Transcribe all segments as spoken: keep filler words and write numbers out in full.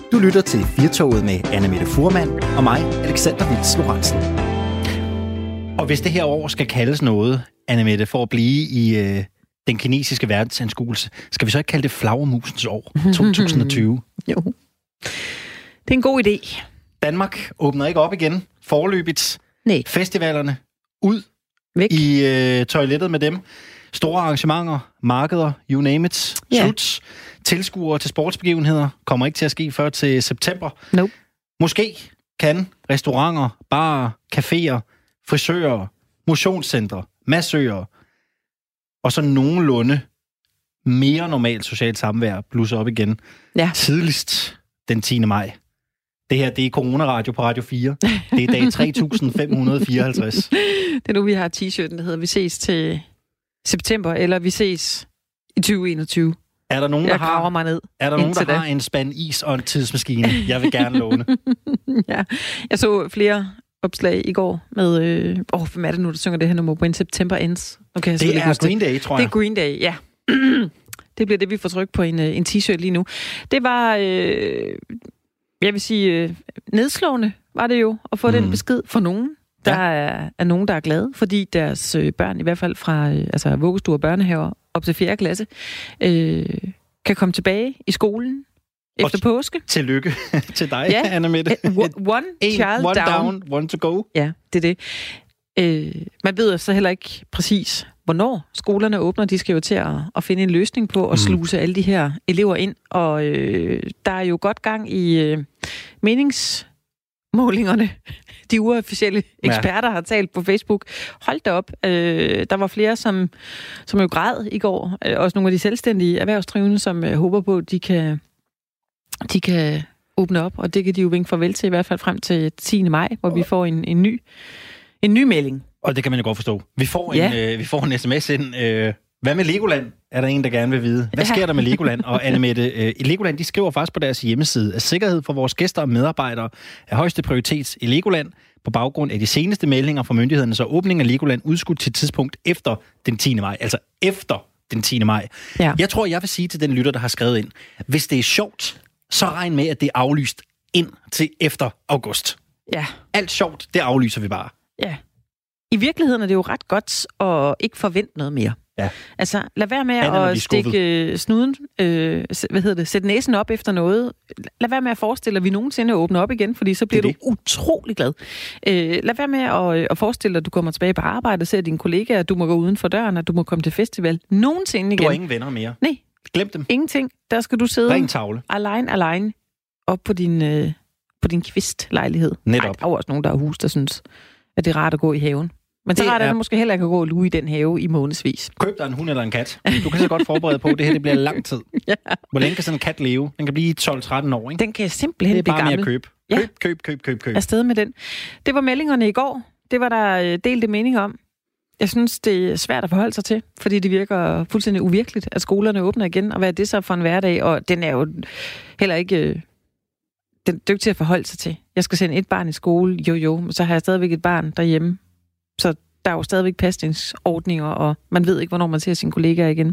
Du lytter til Firtoget med Anne-Mette Fuhrmann og mig, Alexander Vils Lorentzen. Og hvis det her år skal kaldes noget, Anne-Mette, for at blive i øh, den kinesiske verdensanskuelse, skal vi så ikke kalde det flagermusens år to tusind og tyve? Jo. Det er en god idé. Danmark åbner ikke op igen foreløbigt. Nej. Festivalerne ud Væk. i øh, toilettet med dem. Store arrangementer, markeder, you name it, Ja. sluts. Tilskuere til sportsbegivenheder kommer ikke til at ske før til september. Nope. Måske kan restauranter, barer, caféer, frisører, motionscentre, massører og så nogenlunde mere normalt socialt samvær blusser op igen. Ja. Tidligst den tiende maj. Det her, det er Corona-radio på Radio fire. Det er dag tre tusind fem hundrede fireoghalvtreds. Det er nu, vi har t-shirten, der hedder Vi ses til september, eller Vi ses i tyve enogtyve. Er der nogen, Jeg der har, graver mig ned. er der nogen, der indtil har en spand is og en tidsmaskine? Jeg vil gerne låne. Ja. Jeg så flere opslag i går med... Øh, åh, hvem er det nu, der synger det her nummer? When September Ends. Nu kan jeg Det er Green Day, tror Det jeg. er Green Day, ja. Det bliver det, vi får tryk på en, øh, en t-shirt lige nu. Det var, øh, jeg vil sige, øh, nedslående var det jo, at få mm. den besked for nogen. Der Ja. er, er nogen, der er glade, fordi deres øh, børn, i hvert fald fra øh, altså vuggestuer og børnehaver op til fjerde klasse, øh, kan komme tilbage i skolen efter Og påske. Tillykke til dig, Ja. Anne-Mette. One En, child one down. down, one to go. Ja, det er det. Øh, man ved jo så heller ikke præcis, hvornår skolerne åbner. De skal jo til at, at finde en løsning på at sluse alle de her elever ind. Og øh, der er jo godt gang i øh, meningsmålingerne. De uofficielle eksperter ja. har talt på Facebook. Hold da op. Øh, der var flere, som, som jo græd i går. Øh, også nogle af de selvstændige erhvervsdrivende, som øh, håber på, at de kan, de kan åbne op. Og det kan de jo vinke farvel til, i hvert fald frem til tiende maj, hvor vi får en, en ny En ny melding. Og det kan man jo godt forstå. Vi får en, Ja. øh, vi får en sms ind. Øh, hvad med Legoland? Er der en, der gerne vil vide. Hvad sker der med Legoland? Og Anne-Mette, øh, i Legoland, de skriver faktisk på deres hjemmeside, at sikkerhed for vores gæster og medarbejdere er højeste prioritet i Legoland. På baggrund af de seneste meldinger fra myndighederne, så åbningen af Legoland udskudt til tidspunkt efter den tiende maj. Altså efter den tiende maj. Ja. Jeg tror, jeg vil sige til den lytter, der har skrevet ind, hvis det er sjovt, så regn med, at det er aflyst ind til efter august. Ja. Alt sjovt, det aflyser vi bare. Ja. I virkeligheden er det jo ret godt at ikke forvente noget mere. Ja. Altså, lad være med Andet end at at blive skuffet. stikke snuden, øh, hvad hedder det, sætte næsen op efter noget. Lad være med at forestille dig, at vi nogensinde åbner op igen, fordi så bliver Det du er utrolig glad. Øh, lad være med at, at forestille dig, at du kommer tilbage på arbejde og ser dine kollegaer, at du må gå uden for døren, at du må komme til festival. Nogensinde igen. Du har ingen venner mere. Nej, Glem dem. ingenting. Der skal du sidde Ren tavle. alene, alene op på din, øh, på din kvistlejlighed. Netop. Ej, der er jo også nogen, der har hus, der synes, at det er rart at gå i haven. Men så Det rart er er- det måske heller ikke at gå og luge i den have i månedsvis. Køb dig en hund eller en kat. Du kan så godt forberede på, at det her det bliver lang tid. Ja. Hvor længe kan sådan en kat leve? Den kan blive tolv tretten år, ikke? Den kan simpelthen Det er blive bare med gammel. at købe. Ja. Køb, køb, køb, køb, køb. Afsted med den. Det var meldingerne i går. Det var der øh, delte mening om. Jeg synes, det er svært at forholde sig til, fordi det virker fuldstændig uvirkeligt, at skolerne åbner igen, og hvad er det så for en hverdag? Og den er jo heller ikke øh, den er jo ikke til at forholde sig til. Jeg skal sende et barn i skole, jo jo, men så har jeg stadigvæk et barn derhjemme. Så der er jo stadigvæk pasningsordninger, og man ved ikke, hvornår man ser sine kollegaer igen.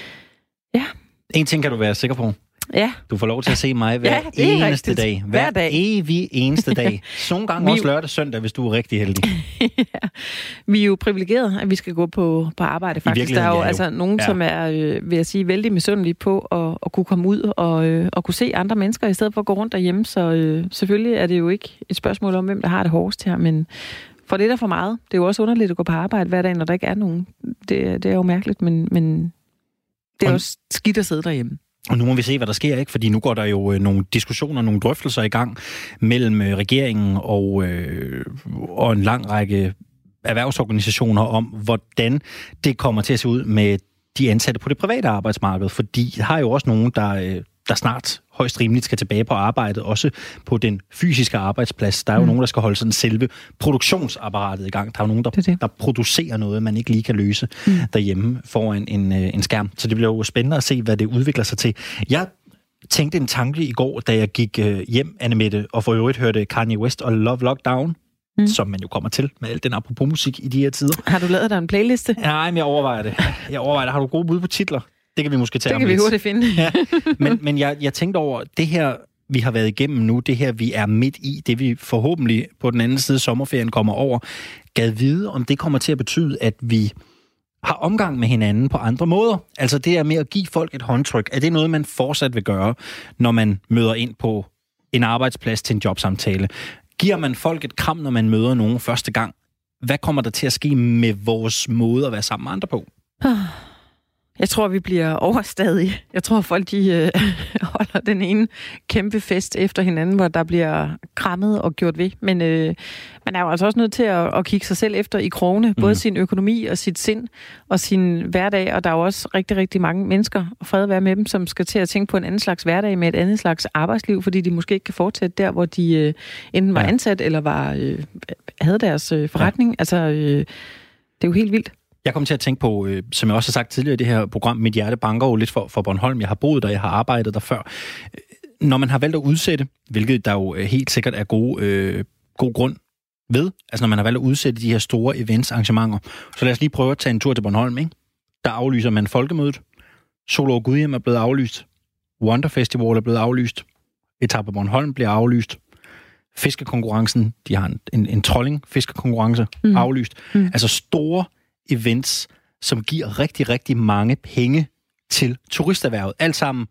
Ja. En ting kan du være sikker på. Ja. Du får lov til at se mig hver Ja, det er eneste rigtigt. dag. Hver Hver dag. evig eneste dag. Så nogle gange Vi- også lørdag søndag, hvis du er rigtig heldig. Ja. Vi er jo privilegerede, at vi skal gå på, på arbejde faktisk. Der virkeligheden, er jo, ja, jo. altså nogen, Ja. som er, øh, vil jeg sige, vældig misundelige på at, at kunne komme ud og, øh, og kunne se andre mennesker, i stedet for at gå rundt derhjemme. Så øh, selvfølgelig er det jo ikke et spørgsmål om, hvem der har det hårdest her, men for det er der for meget. Det er jo også underligt at gå på arbejde hver dag, når der ikke er nogen. Det, det er jo mærkeligt, men, men det er Og- også skidt at sidde derhjemme. Og nu må vi se, hvad der sker, ikke? Fordi nu går der jo øh, nogle diskussioner, nogle drøftelser i gang mellem øh, regeringen og, øh, og en lang række erhvervsorganisationer om, hvordan det kommer til at se ud med de ansatte på det private arbejdsmarked. Fordi der har jo også nogen, der, øh, der snart højst rimeligt skal tilbage på arbejdet, også på den fysiske arbejdsplads. Der er jo mm. nogen, der skal holde sådan selve produktionsapparatet i gang. Der er jo nogen, der, Det er det. der producerer noget, man ikke lige kan løse mm. derhjemme foran en, øh, en skærm. Så det bliver jo spændende at se, hvad det udvikler sig til. Jeg tænkte en tanke i går, da jeg gik øh, hjem, Anne-Mette, og for øvrigt hørte Kanye West og Love Lockdown, mm. som man jo kommer til med al den apropos musik i de her tider. Har du lavet dig en playliste? Nej, men jeg overvejer det. Jeg overvejer det. Har du gode bud på titler? Det kan vi måske tage Det om kan vi lidt. hurtigt finde. Ja, men, men jeg, jeg tænkte over det her vi har været igennem nu, det her, vi er midt i, det vi forhåbentlig på den anden side af sommerferien kommer over, gad vide, om det kommer til at betyde, at vi har omgang med hinanden på andre måder. Altså det er med at give folk et håndtryk. Er det noget, man fortsat vil gøre, når man møder ind på en arbejdsplads til en jobsamtale? Giver man folk et kram, når man møder nogen første gang? Hvad kommer der til at ske med vores måde at være sammen med andre på? Jeg tror, vi bliver overstadige. Jeg tror, folk de øh, holder den ene kæmpe fest efter hinanden, hvor der bliver krammet og gjort ved. Men øh, man er jo altså også nødt til at, at kigge sig selv efter i krogene. Både mm. sin økonomi og sit sind og sin hverdag. Og der er jo også rigtig, rigtig mange mennesker, og fred være med dem, som skal til at tænke på en anden slags hverdag med et andet slags arbejdsliv, fordi de måske ikke kan fortsætte der, hvor de øh, enten var ja. ansat eller var øh, havde deres øh, forretning. Ja. Altså, øh, det er jo helt vildt. Jeg kom til at tænke på, øh, som jeg også har sagt tidligere i det her program, mit hjerte banker jo lidt for, for Bornholm. Jeg har boet der, jeg har arbejdet der før. Når man har valgt at udsætte, hvilket der jo helt sikkert er god, øh, god grund ved, altså når man har valgt at udsætte de her store events, arrangementer, så lad os lige prøve at tage en tur til Bornholm, ikke? Der aflyser man folkemødet. Solo og Gudhjem er blevet aflyst. Wonder Festival er blevet aflyst. Etape Bornholm bliver aflyst. Fiskekonkurrencen, de har en, en, en trolling-fiskekonkurrence mm. aflyst. Mm. Altså store events, som giver rigtig, rigtig mange penge til turisterhvervet. Alt sammen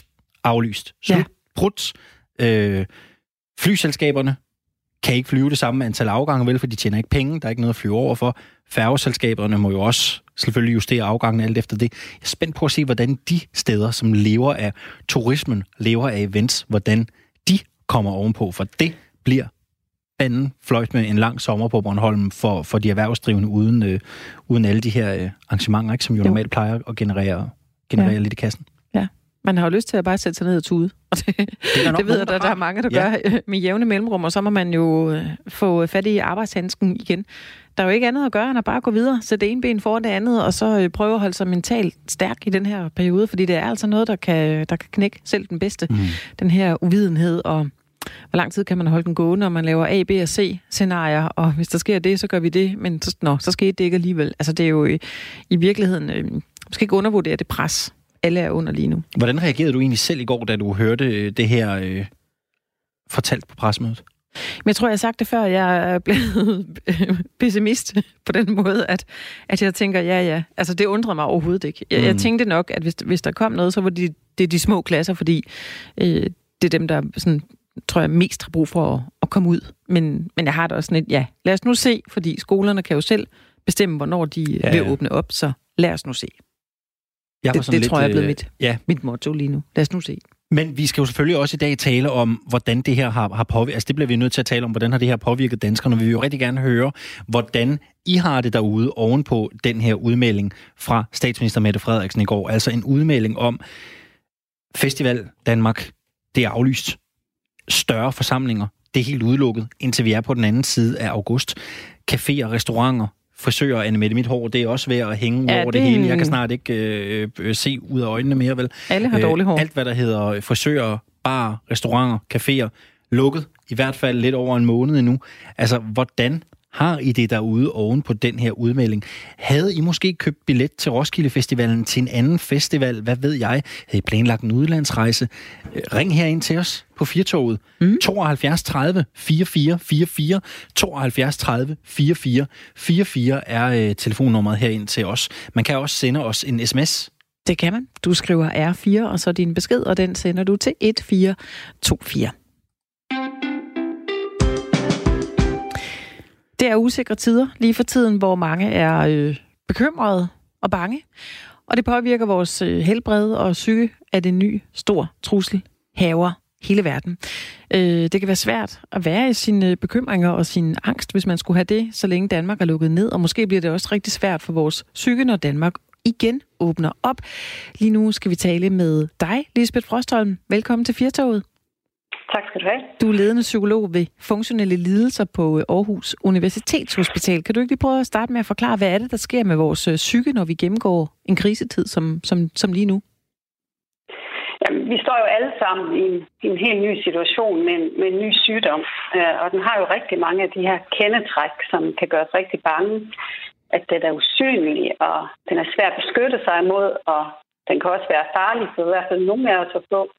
aflyst. Slut. Ja. Prut. Øh, flyselskaberne kan ikke flyve det samme antal afgange, vel, for de tjener ikke penge. Der er ikke noget at flyve over for. Færgeselskaberne må jo også selvfølgelig justere afgangen alt efter det. Jeg er spændt på at se, hvordan de steder, som lever af turismen, lever af events, hvordan de kommer ovenpå, for det bliver anden fløjt med en lang sommer på Bornholm for, for de erhvervsdrivende uden, øh, uden alle de her øh, arrangementer, ikke, som jo, jo normalt plejer at generere, generere ja. lidt i kassen. Ja, man har jo lyst til at bare sætte sig ned og tude. Og det, det, det ved jeg, der, der er mange, der ja. gør med jævne mellemrum, og så må man jo øh, få fat i arbejdshandsken igen. Der er jo ikke andet at gøre, end at bare gå videre, sætte det ene ben foran det andet, og så øh, prøve at holde sig mentalt stærk i den her periode, fordi det er altså noget, der kan, der kan knække selv den bedste. Mm. Den her uvidenhed og hvor lang tid kan man holde den gående, når man laver A, B og C-scenarier, og hvis der sker det, så gør vi det, men så, nå, så sker det ikke alligevel. Altså det er jo i, i virkeligheden, øh, måske ikke undervurdere det pres, alle er under lige nu. Hvordan reagerede du egentlig selv i går, da du hørte det her øh, fortalt på pressemødet? Men jeg tror, jeg har sagt det før, jeg er blevet pessimist på den måde, at, at jeg tænker, ja, ja, altså det undrer mig overhovedet ikke. Jeg, mm. jeg tænkte nok, at hvis, hvis der kom noget, så var det de, de små klasser, fordi øh, det er dem, der sådan tror jeg, mest har brug for at, at komme ud. Men, men jeg har da også sådan et, ja, lad os nu se, fordi skolerne kan jo selv bestemme, hvornår de ja, ja. vil åbne op, så lad os nu se. Jeg det det lidt, tror jeg er blevet mit, ja. mit motto lige nu. Lad os nu se. Men vi skal jo selvfølgelig også i dag tale om, hvordan det her har, har påvirket. Altså det bliver vi nødt til at tale om, hvordan har det her påvirket danskerne. Vi vil jo rigtig gerne høre, hvordan I har det derude ovenpå den her udmelding fra statsminister Mette Frederiksen i går. Altså en udmelding om Festival Danmark, det er aflyst. Større forsamlinger, det er helt udelukket, indtil vi er på den anden side af august. Caféer, restauranter, frisører, Anne-Mette, mit hår, det er også ved at hænge ja, over det, det hele. Jeg kan snart ikke øh, øh, se ud af øjnene mere, vel? Alle har dårlig hår. Alt, hvad der hedder frisører, barer, restauranter, caféer, lukket, i hvert fald lidt over en måned endnu. Altså, hvordan har I det derude oven på den her udmelding? Havde I måske købt billet til Roskilde Festivalen til en anden festival? Hvad ved jeg? Havde I planlagt en udlandsrejse? Ring herind til os på Firtoget. Mm. tooghalvfjerds tredive fireogfyrre fireogfyrre. tooghalvfjerds tredive fireogfyrre fireogfyrre er øh, telefonnummeret herind til os. Man kan også sende os en sms. Det kan man. Du skriver R fire, og så din besked, og den sender du til et fire to fire. Det er usikre tider lige for tiden, hvor mange er øh, bekymrede og bange. Og det påvirker vores øh, helbred og psyke, at en ny stor trussel hærger hele verden. Øh, det kan være svært at være i sine bekymringer og sin angst, hvis man skulle have det, så længe Danmark er lukket ned. Og måske bliver det også rigtig svært for vores psyke, når Danmark igen åbner op. Lige nu skal vi tale med dig, Lisbeth Frostholm. Velkommen til Firtoget. Tak skal du have. Du er ledende psykolog ved funktionelle lidelser på Aarhus Universitetshospital. Kan du ikke lige prøve at starte med at forklare, hvad er det, der sker med vores psyke, når vi gennemgår en krisetid som, som, som lige nu? Jamen, vi står jo alle sammen i en, i en helt ny situation med en, med en ny sygdom. Og den har jo rigtig mange af de her kendetræk, som kan gøre os rigtig bange. At den er usynlig, og den er svær at beskytte sig imod, og den kan også være farlig for i hvert fald nogle af os at få.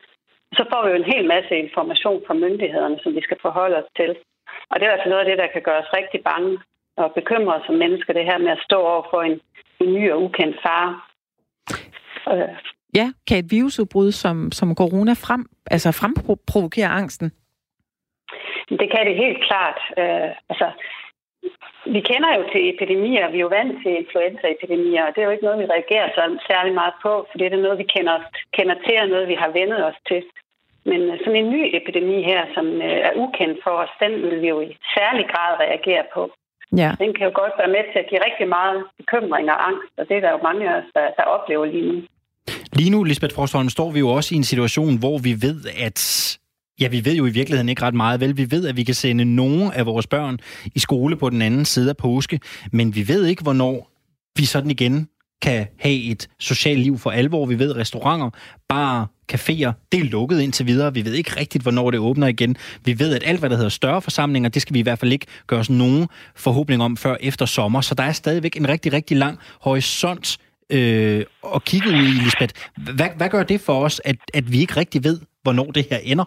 Så får vi jo en hel masse information fra myndighederne, som vi skal forholde os til. Og det er altså noget af det, der kan gøre os rigtig bange og bekymre os som mennesker, det her med at stå over for en, en ny og ukendt fare. Øh. Ja, kan et virusudbrud som, som corona frem, altså fremprovokere angsten? Det kan det helt klart. Øh, altså, vi kender jo til epidemier, vi er jo vant til influenzaepidemier, og det er jo ikke noget, vi reagerer så særlig meget på, for det er noget, vi kender, kender til, og noget, vi har vendet os til. Men sådan en ny epidemi her, som er ukendt for os, den vil vi jo i særlig grad reagere på. Ja. Den kan jo godt være med til at give rigtig meget bekymring og angst, og det er der jo mange af os, der, der oplever lige nu. Lige nu, Lisbeth Frostholm, står vi jo også i en situation, hvor vi ved, at ja, vi ved jo i virkeligheden ikke ret meget, vel? Vi ved, at vi kan sende nogle af vores børn i skole på den anden side af påske, men vi ved ikke, hvornår vi sådan igen kan have et socialt liv for alvor. Vi ved, restauranter, barer, caféer, det er lukket indtil videre. Vi ved ikke rigtigt, hvornår det åbner igen. Vi ved, at alt, hvad der hedder større forsamlinger, det skal vi i hvert fald ikke gøre os nogen forhåbning om før efter sommer. Så der er stadigvæk en rigtig, rigtig lang horisont øh, at kigge ud i, Lisbeth. Hvad, hvad gør det for os, at, at vi ikke rigtig ved, hvornår det her ender?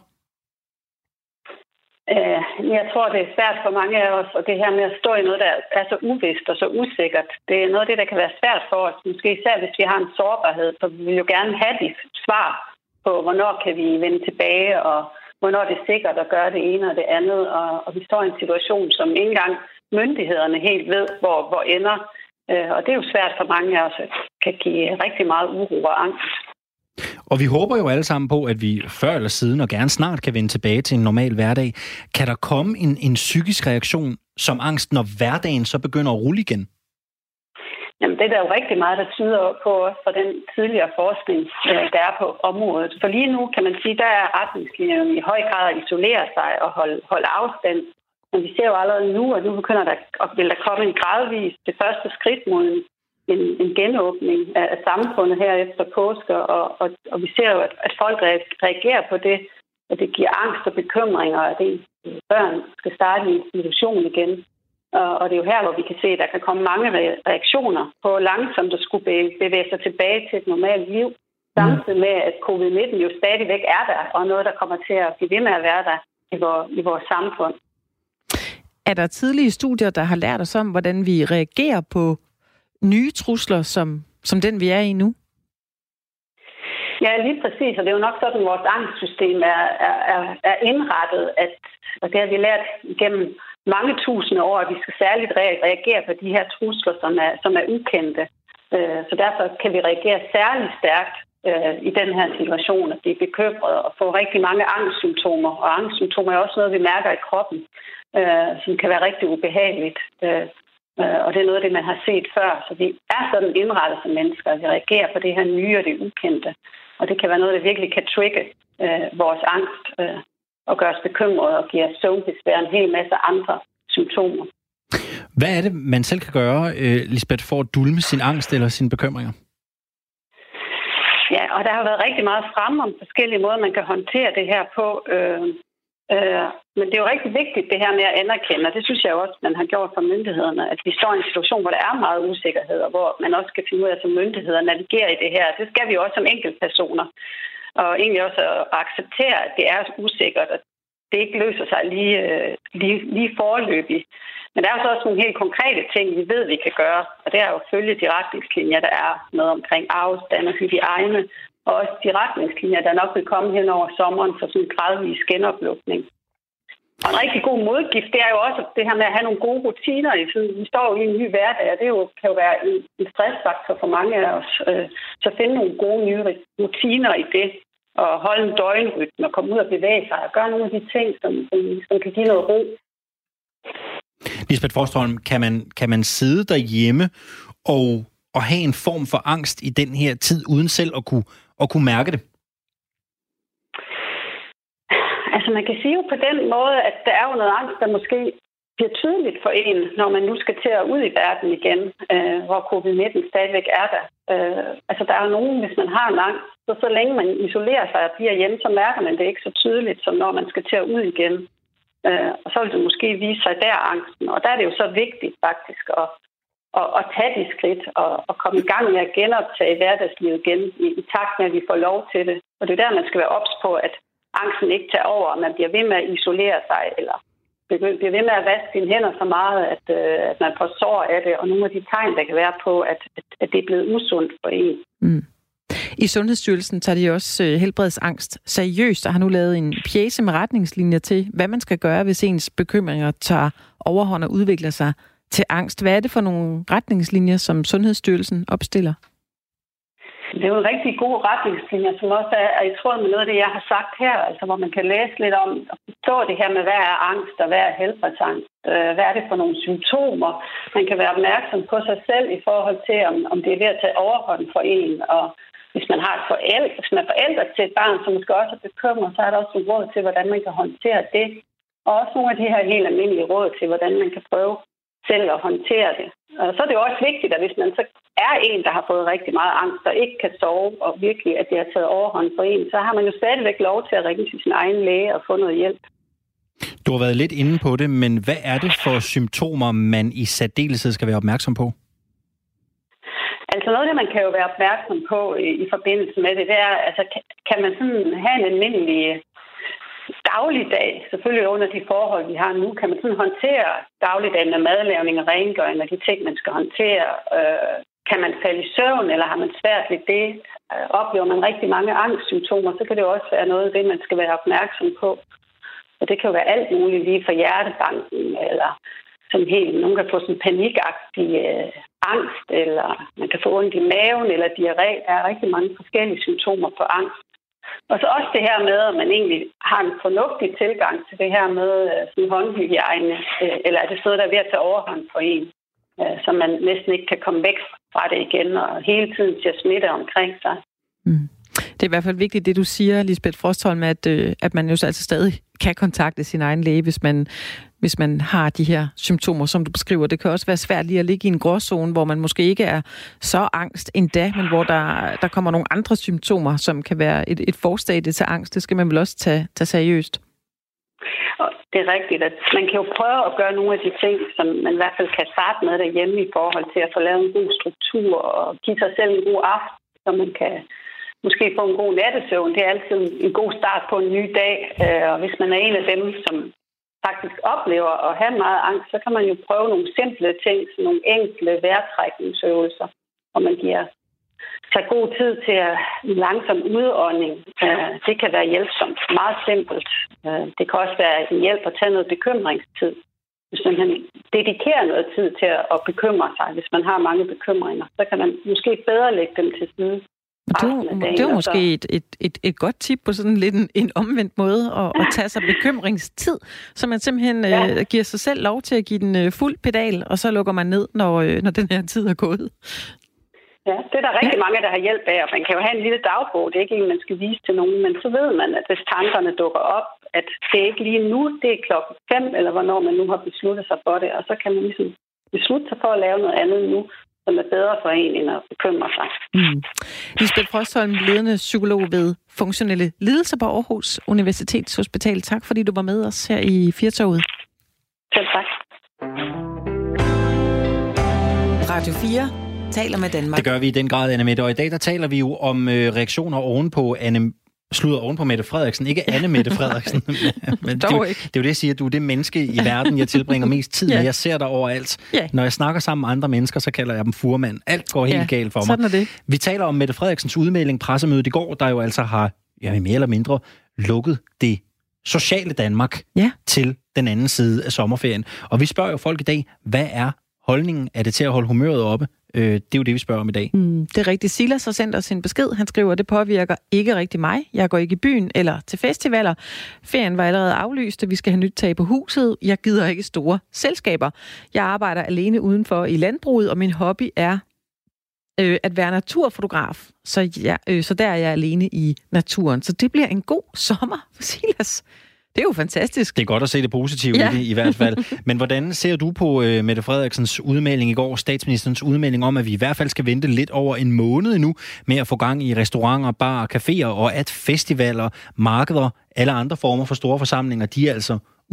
Jeg tror, det er svært for mange af os, og det her med at stå i noget, der er så uvist og så usikkert, det er noget af det, der kan være svært for os. Måske især, hvis vi har en sårbarhed, for vi vil jo gerne have de svar på, hvornår kan vi vende tilbage, og hvornår det er sikkert at gøre det ene og det andet. Og, og vi står i en situation, som ikke engang myndighederne helt ved, hvor, hvor ender. Og det er jo svært for mange af os, at kan give rigtig meget uro og angst. Og vi håber jo alle sammen på, at vi før eller siden og gerne snart kan vende tilbage til en normal hverdag. Kan der komme en, en psykisk reaktion som angst, når hverdagen så begynder at rulle igen? Jamen, det er der jo rigtig meget, der tyder på også for den tidligere forskning, der er på området. For lige nu kan man sige, der er retningslinjerne i høj grad at isolere sig og holde, holde afstand. Men vi ser jo allerede nu, at nu begynder der, og vil der komme en gradvis det første skridt mod en En, en genåbning af, af samfundet her efter påske, og, og, og vi ser jo, at, at folk reagerer på det, at det giver angst og bekymringer, at det, børn skal starte i institution igen. Og, og det er jo her, hvor vi kan se, at der kan komme mange reaktioner på langsomt at skulle bevæge sig tilbage til et normalt liv, samtidig med, at covid nitten jo stadigvæk er der, og noget, der kommer til at blive ved med at være der i, vor, i vores samfund. Er der tidlige studier, der har lært os om, hvordan vi reagerer på nye trusler, som, som den, vi er i nu? Ja, lige præcis. Og det er jo nok sådan, at vores angstsystem er, er, er indrettet, at, og det har vi lært gennem mange tusinde år, at vi skal særligt reagere på de her trusler, som er, som er ukendte. Så derfor kan vi reagere særligt stærkt i den her situation, at blive bekymret og få rigtig mange angstsymptomer. Og angstsymptomer er også noget, vi mærker i kroppen, som kan være rigtig ubehageligt. Og det er noget af det, man har set før. Så vi er sådan indrettet som mennesker, at vi reagerer på det her nye og det ukendte. Og det kan være noget, der virkelig kan trigge øh, vores angst øh, og gøre os bekymrede og give os søvnbesvær en hel masse andre symptomer. Hvad er det, man selv kan gøre, øh, Lisbeth, for at dulme sin angst eller sine bekymringer? Ja, og der har været rigtig meget fremme om forskellige måder, man kan håndtere det her på. Øh, Øh, men det er jo rigtig vigtigt, det her med at anerkende, og det synes jeg jo også, man har gjort fra myndighederne, at vi står i en situation, hvor der er meget usikkerhed, og hvor man også skal finde ud af som myndigheder at navigere i det her. Det skal vi jo også som enkeltpersoner, og egentlig også at acceptere, at det er usikkert, og det ikke løser sig lige, lige, lige foreløbigt. Men der er jo så også nogle helt konkrete ting, vi ved, vi kan gøre, og det er jo følge de retningslinjer, der er med omkring afstand og hygiejne, og også de retningslinjer, der nok vil komme hen over sommeren for sådan en gradvis genoplukning. Og en rigtig god modgift, det er jo også det her med at have nogle gode rutiner. Vi står jo i en ny hverdag, og det jo, kan jo være en, en stressfaktor for mange af os. Så finde nogle gode nye rutiner i det, og holde en døgnrytme, og komme ud og bevæge sig, og gøre nogle af de ting, som, som, som kan give noget ro. Lisbeth Frostholm, kan man, kan man sidde derhjemme og, og have en form for angst i den her tid, uden selv at kunne og kunne mærke det? Altså man kan sige jo på den måde, at der er jo noget angst, der måske bliver tydeligt for en, når man nu skal til at ud i verden igen, øh, hvor covid nitten stadigvæk er der. Øh, altså der er jo nogen, hvis man har en angst, så så længe man isolerer sig og bliver hjemme, så mærker man det ikke så tydeligt, som når man skal til at ud igen. Øh, og så vil det måske vise sig der angsten. Og der er det jo så vigtigt faktisk at Og, og tage de skridt og, og komme i gang med at genoptage hverdagslivet igen i, i takt med, at vi får lov til det. Og det er der, man skal være ops på, at angsten ikke tager over, og man bliver ved med at isolere sig, eller bliver ved med at vaske sine hænder så meget, at, øh, at man får sår af det, og nogle af de tegn, der kan være på, at, at, at det er blevet usundt for en. Mm. I Sundhedsstyrelsen tager de også øh, helbredsangst seriøst, og har nu lavet en pjece med retningslinjer til, hvad man skal gøre, hvis ens bekymringer tager overhånd og udvikler sig til angst. Hvad er det for nogle retningslinjer, som Sundhedsstyrelsen opstiller? Det er jo en rigtig god retningslinje, som også er i tråd med noget af det, jeg har sagt her, altså hvor man kan læse lidt om og forstå det her med, hvad er angst og hvad er helbredsangst. Hvad er det for nogle symptomer? Man kan være opmærksom på sig selv i forhold til, om, om det er ved at tage overhånd for en. Og hvis man har et forældre, hvis man er forældre til et barn, som måske også er bekymret, så er der også nogle råd til, hvordan man kan håndtere det. Og også nogle af de her helt almindelige råd til, hvordan man kan prøve selv at håndtere det. Og så er det jo også vigtigt, at hvis man så er en, der har fået rigtig meget angst og ikke kan sove, og virkelig, at det har taget overhånd for en, så har man jo stadigvæk lov til at ringe til sin egen læge og få noget hjælp. Du har været lidt inde på det, men hvad er det for symptomer, man i særdeleshed skal være opmærksom på? Altså noget af det, man kan jo være opmærksom på i, i forbindelse med det, det er, altså kan man sådan have en almindelig dagligdag, selvfølgelig under de forhold, vi har nu, kan man sådan håndtere dagligdagen med madlavning og rengøring og de ting, man skal håndtere. Øh, kan man falde i søvn, eller har man svært ved det? Øh, oplever man rigtig mange angstsymptomer, så kan det også være noget af det, man skal være opmærksom på. Og det kan jo være alt muligt lige fra hjertebanken, eller sådan helt, nogen kan få sådan panikagtig øh, angst, eller man kan få ondt i maven, eller diarré. Der er rigtig mange forskellige symptomer på angst. Og så også det her med, at man egentlig har en fornuftig tilgang til det her med sådan håndhygiejne, eller er det noget, der er ved at tage overhånd for en, så man næsten ikke kan komme væk fra det igen, og hele tiden ser smitte omkring sig. Mm. Det er i hvert fald vigtigt, det du siger, Lisbeth Frostholm, at, at man jo så altså stadig kan kontakte sin egen læge, hvis man, hvis man har de her symptomer, som du beskriver. Det kan også være svært lige at ligge i en gråzone, hvor man måske ikke er så angst endda, men hvor der, der kommer nogle andre symptomer, som kan være et, et forstadie til angst. Det skal man vel også tage, tage seriøst. Og det er rigtigt, at man kan jo prøve at gøre nogle af de ting, som man i hvert fald kan starte med derhjemme i forhold til at få lavet en god struktur og give sig selv en god aften, så man kan måske få en god nattesøvn. Det er altid en god start på en ny dag. Og hvis man er en af dem, som faktisk oplever at have meget angst, så kan man jo prøve nogle simple ting, nogle enkle vejrtrækningsøvelser, hvor man giver sig god tid til en langsom udånding. Det kan være hjælpsomt. Meget simpelt. Det kan også være en hjælp at tage noget bekymringstid. Hvis man dedikerer noget tid til at bekymre sig, hvis man har mange bekymringer, så kan man måske bedre lægge dem til side. Det er, det er måske et, et, et, et godt tip på sådan lidt en, en omvendt måde at, at tage sig bekymringstid, så man simpelthen ja. øh, giver sig selv lov til at give den øh, fuld pedal, og så lukker man ned, når, øh, når den her tid er gået. Ja, det er der rigtig mange, der har hjælp af, og man kan jo have en lille dagbog. Det er ikke en, man skal vise til nogen, men så ved man, at hvis tankerne dukker op, at det er ikke lige nu, det er klokken fem, eller hvornår man nu har besluttet sig for det, og så kan man ligesom beslutte sig for at lave noget andet nu, som er bedre for en, end at bekymre sig. Mm. Lisbeth Frostholm, ledende psykolog ved funktionelle lidelser på Aarhus Universitetshospital. Tak, fordi du var med os her i Firtoget. Selv tak. Radio fire taler med Danmark. Det gør vi i den grad, Anne Mette. Og i dag der taler vi jo om øh, reaktioner ovenpå Anne Sluder oven på Mette Frederiksen. Ikke Anne Mette Frederiksen. Men det, Dog det, ikke. det er jo det, jeg siger, at du er det menneske i verden, jeg tilbringer mest tid med. Yeah. Jeg ser dig overalt. Yeah. Når jeg snakker sammen med andre mennesker, så kalder jeg dem furmand. Alt går helt yeah. galt for mig. Sådan er det. Vi taler om Mette Frederiksens udmelding, pressemødet i går, der jo altså har, ja, mere eller mindre, lukket det sociale Danmark yeah. til den anden side af sommerferien. Og vi spørger jo folk i dag, hvad er holdningen? Er det til at holde humøret oppe? Det er jo det, vi spørger om i dag. Mm, det er rigtigt. Silas har sendt os en besked. Han skriver, at det påvirker ikke rigtig mig. Jeg går ikke i byen eller til festivaler. Ferien var allerede aflyst, og vi skal have nyt tag på huset. Jeg gider ikke store selskaber. Jeg arbejder alene udenfor i landbruget, og min hobby er øh, at være naturfotograf. Så, ja, øh, så der er jeg alene i naturen. Så det bliver en god sommer for Silas. Det er jo fantastisk. Det er godt at se det positive ja. i det, i hvert fald. Men hvordan ser du på uh, Mette Frederiksens udmelding i går, statsministerens udmelding om, at vi i hvert fald skal vente lidt over en måned nu med at få gang i restauranter, barer, caféer, og at festivaler, markeder, alle andre former for store forsamlinger, de er altså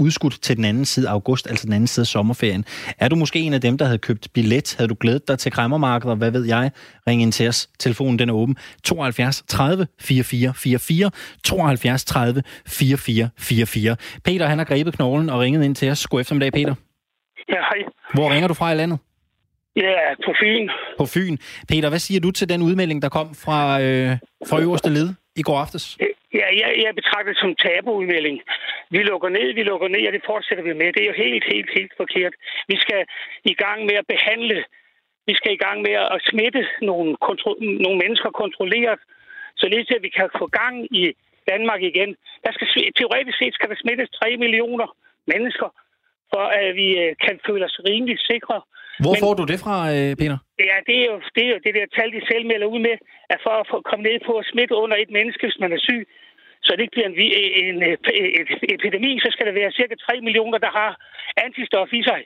udskudt til den anden side af august, altså den anden side af sommerferien. Er du måske en af dem, der havde købt billet? Havde du glædet dig til kræmmermarkeder? Hvad ved jeg? Ring ind til os. Telefonen den er åben. tooghalvfjerds tredive fireogfyrre fireogfyrre. tooghalvfjerds tredive fireogfyrre fireogfyrre. Peter, han har grebet knoglen og ringet ind til os. God eftermiddag, Peter. Ja, hej. Hvor ringer du fra i landet? Ja, på Fyn. På Fyn. Peter, hvad siger du til den udmelding, der kom fra, øh, fra øverste led i går aftes? Ja, jeg, jeg betragter det som tabuudmelding. Vi lukker ned, vi lukker ned, og det fortsætter vi med. Det er jo helt, helt, helt forkert. Vi skal i gang med at behandle, vi skal i gang med at smitte nogle, kontro- nogle mennesker kontrolleret, så lige til at vi kan få gang i Danmark igen. Der skal, teoretisk set skal der smittes tre millioner mennesker, for at vi kan føle os rimelig sikre. Hvor Men, får du det fra, Peter? Ja, det er, jo, det er jo det der tal, de selv melder ud med, at for at få komme ned på at smitte under et menneske, hvis man er syg, så det ikke bliver en, en, en, en epidemi, så skal der være cirka tre millioner, der har antistof i sig.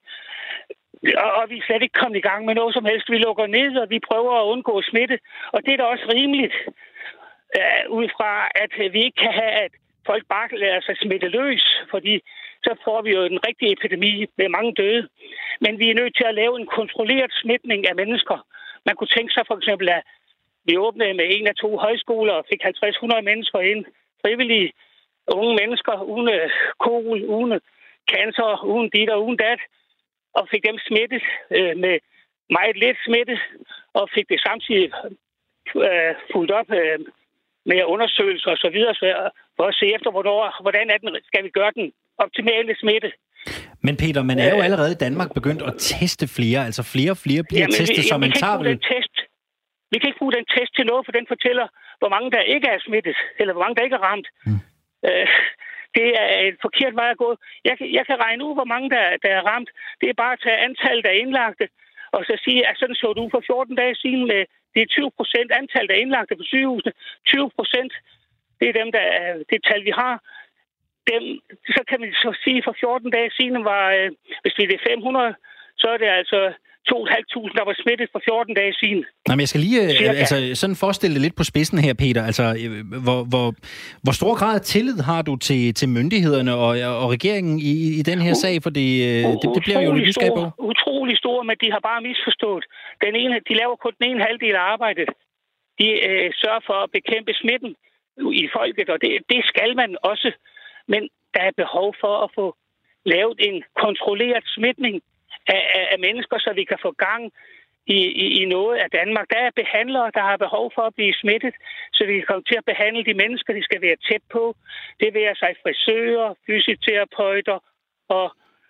Og, og vi er slet ikke kommet i gang med noget som helst. Vi lukker ned, og vi prøver at undgå smitte. Og det er da også rimeligt, uh, ud fra, at vi ikke kan have, at folk bare lader sig smitte løs, fordi så får vi jo en rigtig epidemi med mange døde. Men vi er nødt til at lave en kontrolleret smitning af mennesker. Man kunne tænke sig for eksempel, at vi åbnede med en af to højskoler og fik halvtreds hundrede mennesker ind. Frivillige unge mennesker, uden kol, uden cancer, uden dit og uden dat. Og fik dem smittet øh, med meget let smitte. Og fik det samtidig øh, fuldt op øh, med undersøgelser og så videre. For at se efter, hvornår, hvordan er den, skal vi gøre den optimale smitte. Men Peter, man er jo allerede i Danmark begyndt at teste flere. Altså flere og flere bliver ja, testet, vi, så man tager vel... Test. Vi kan ikke bruge den test til noget, for den fortæller, hvor mange der ikke er smittet, eller hvor mange der ikke er ramt. Mm. Øh, det er et forkert vej at gå. Jeg, jeg kan regne ud, hvor mange der, der er ramt. Det er bare at tage antallet af indlagte, og så sige, at sådan så du for fjorten dage siden med det er tyve procent antallet af indlagte på sygehusene. tyve procent, det er dem, der er det tal, vi har. Dem, så kan man så sige, for fjorten dage siden var, øh, hvis vi er fem hundrede, så er det altså to tusind fem hundrede, der var smittet for fjorten dage siden. Nå, men jeg skal lige øh, altså, sådan forestille det lidt på spidsen her, Peter. Altså, øh, hvor, hvor, hvor stor grad af tillid har du til, til myndighederne og, og regeringen i, i den her sag? For det, øh, det, det bliver jo lidt nysgerrig på. Utrolig stor, men de har bare misforstået. Den ene, de laver kun den ene halvdel af arbejdet. De øh, sørger for at bekæmpe smitten i folket, og det, det skal man også. Men der er behov for at få lavet en kontrolleret smitning af, af, af mennesker, så vi kan få gang i, i, i noget af Danmark. Der er behandlere, der har behov for at blive smittet, så vi kan komme til at behandle de mennesker, de skal være tæt på. Det vil sig frisører, fysioterapeuter og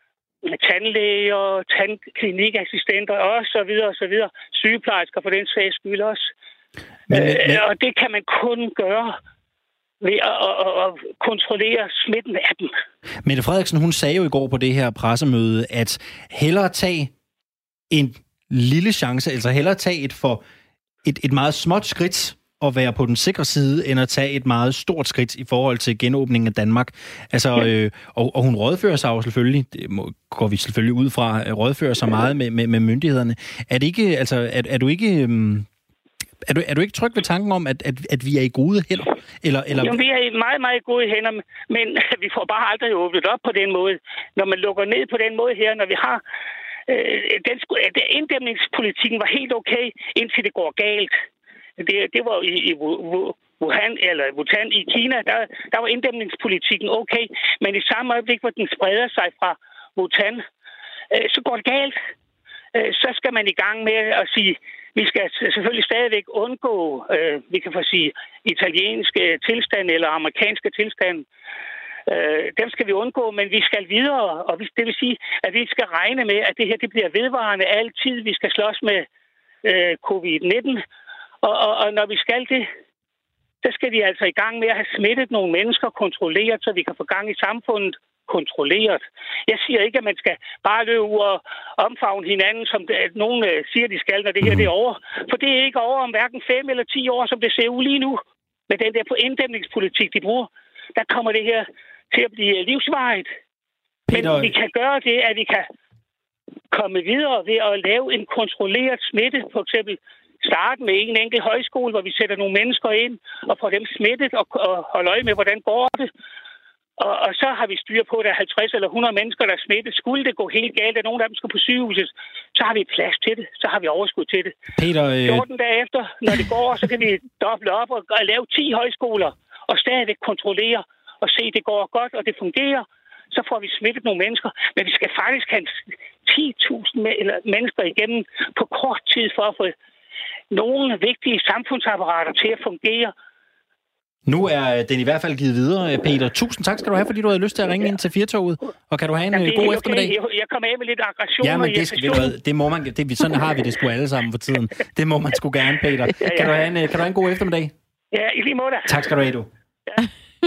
tandlæger, tandklinikassistenter og så videre og så videre. Sygeplejersker for den sags skyld også. Men, men... Øh, og det kan man kun gøre ved at, at, at kontrollere smitten af dem. Mette Frederiksen, hun sagde jo i går på det her pressemøde, at hellere tage en lille chance, altså hellere tage et, for, et, et meget småt skridt og være på den sikre side, end at tage et meget stort skridt i forhold til genåbningen af Danmark. Altså, ja. øh, og, og hun rådfører sig jo selvfølgelig, det må, går vi selvfølgelig ud fra, rådfører sig meget med, med, med myndighederne. Er det ikke, altså, er, er du ikke... Øhm, Er du, er du ikke tryg ved tanken om, at, at, at vi er i gode hænder? Eller, eller... Jo, vi er i meget, meget gode hænder, men vi får bare aldrig åbnet op på den måde. Når man lukker ned på den måde her, når vi har... Øh, den, inddæmningspolitikken var helt okay, indtil det går galt. Det, det var i, i Wuhan, eller Wuhan i Kina, der, der var inddæmningspolitikken okay, men i samme øjeblik, hvor den spreder sig fra Wuhan, øh, så går det galt. Øh, så skal man i gang med at sige... Vi skal selvfølgelig stadigvæk undgå, øh, vi kan få sige, italienske tilstande eller amerikanske tilstande. Øh, dem skal vi undgå, men vi skal videre, og det vil sige, at vi skal regne med, at det her det bliver vedvarende altid. Vi skal slås med øh, covid nitten, og, og, og når vi skal det, så skal vi altså i gang med at have smittet nogle mennesker kontrolleret, så vi kan få gang i samfundet kontrolleret. Jeg siger ikke, at man skal bare løbe ud og omfavne hinanden, som det, nogen siger, de skal, når det her det er over. For det er ikke over om hverken fem eller ti år, som det ser ud lige nu. Med den der inddæmningspolitik, de bruger, der kommer det her til at blive livsvarigt. Men Peter... vi kan gøre det, at vi kan komme videre ved at lave en kontrolleret smitte. For eksempel starte med en enkelt højskole, hvor vi sætter nogle mennesker ind og får dem smittet og, og holder øje med, hvordan går det. Og, og så har vi styr på, at der er halvtreds eller hundrede mennesker, der er smittet. Skulle det gå helt galt, at nogle af dem skal på sygehuset, så har vi plads til det. Så har vi overskud til det. Peter, øh... fjorten dage efter, når det går, så kan vi doble op og lave ti højskoler og stadigvæk kontrollere og se, at det går godt, og det fungerer. Så får vi smittet nogle mennesker. Men vi skal faktisk have ti tusind mennesker igennem på kort tid for at få nogle vigtige samfundsapparater til at fungere. Nu er den i hvert fald givet videre, Peter. Tusind tak skal du have, fordi du havde lyst til at ringe ja. ind til Firtoget. Og kan du have en Jamen, god okay. eftermiddag? Jeg, jeg kommer af med lidt aggression. Ja, men det, skal, ved, det må man. Det, sådan har vi det sgu alle sammen for tiden. Det må man sgu gerne, Peter. Ja, ja. Kan, du have en, kan du have en god eftermiddag? Ja, i lige måde. Tak skal du have, du. Ja.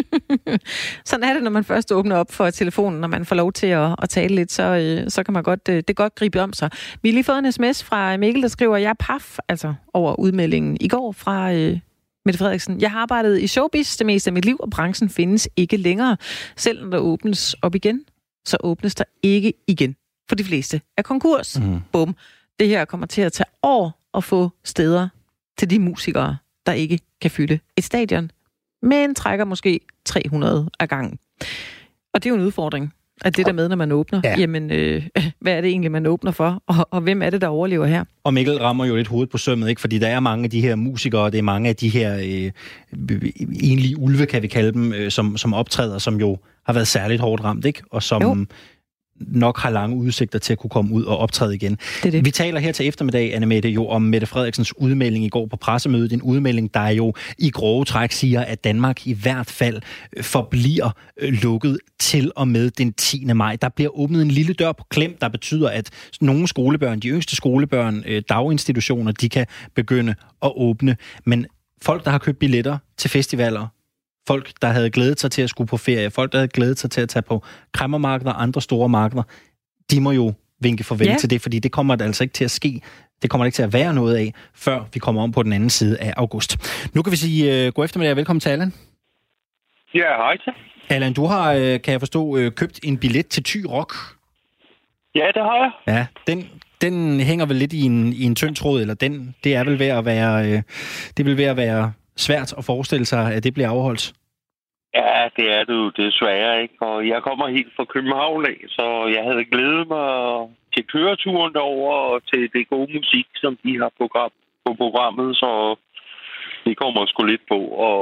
Sådan er det, når man først åbner op for telefonen, når man får lov til at, at tale lidt, så, øh, så kan man godt, øh, det godt gribe om sig. Vi har lige fået en sms fra Mikkel, der skriver, jeg er paf, altså over udmeldingen i går fra øh, Mette Frederiksen. Jeg har arbejdet i showbiz det meste af mit liv, og branchen findes ikke længere. Selv når der åbnes op igen, så åbnes der ikke igen. For de fleste er konkurs. Mm. Bum. Det her kommer til at tage år at få steder til de musikere, der ikke kan fylde et stadion, men trækker måske tre hundrede af gangen. Og det er jo en udfordring, at det der med, når man åbner, ja. jamen, øh, hvad er det egentlig, man åbner for, og, og hvem er det, der overlever her? Og Mikkel rammer jo lidt hovedet på sømmet, ikke? Fordi der er mange af de her musikere, og det er mange af de her øh, enlige ulve, kan vi kalde dem, øh, som, som optræder, som jo har været særligt hårdt ramt, ikke? Og som jo. nok har lange udsigter til at kunne komme ud og optræde igen. Det det. Vi taler her til eftermiddag, Anne-Mette, jo om Mette Frederiksens udmelding i går på pressemødet. En udmelding, der jo i grove træk siger, at Danmark i hvert fald forbliver lukket til og med den tiende maj. Der bliver åbnet en lille dør på klem, der betyder, at nogle skolebørn, de yngste skolebørn, daginstitutioner, de kan begynde at åbne. Men folk, der har købt billetter til festivaler, folk, der havde glædet sig til at skulle på ferie, folk, der havde glædet sig til at tage på kræmmermarkeder og andre store markeder, de må jo vinke farvel ja. til det, fordi det kommer altså ikke til at ske. Det kommer ikke til at være noget af, før vi kommer om på den anden side af august. Nu kan vi sige uh, god eftermiddag og velkommen til Allan. Ja, hej til. Allan, du har, uh, kan jeg forstå, uh, købt en billet til Thy Rock. Ja, det har jeg. Ja, den, den hænger vel lidt i en, i en tynd tråd, eller den, det er vel ved at være, uh, det vil ved at være svært at forestille sig, at det bliver afholdt. Ja, det er det jo desværre, ikke? Og jeg kommer helt fra København af, så jeg havde glædet mig til køreturen derover og til det gode musik, som de har program, på programmet, så det kommer sgu lidt på. Og,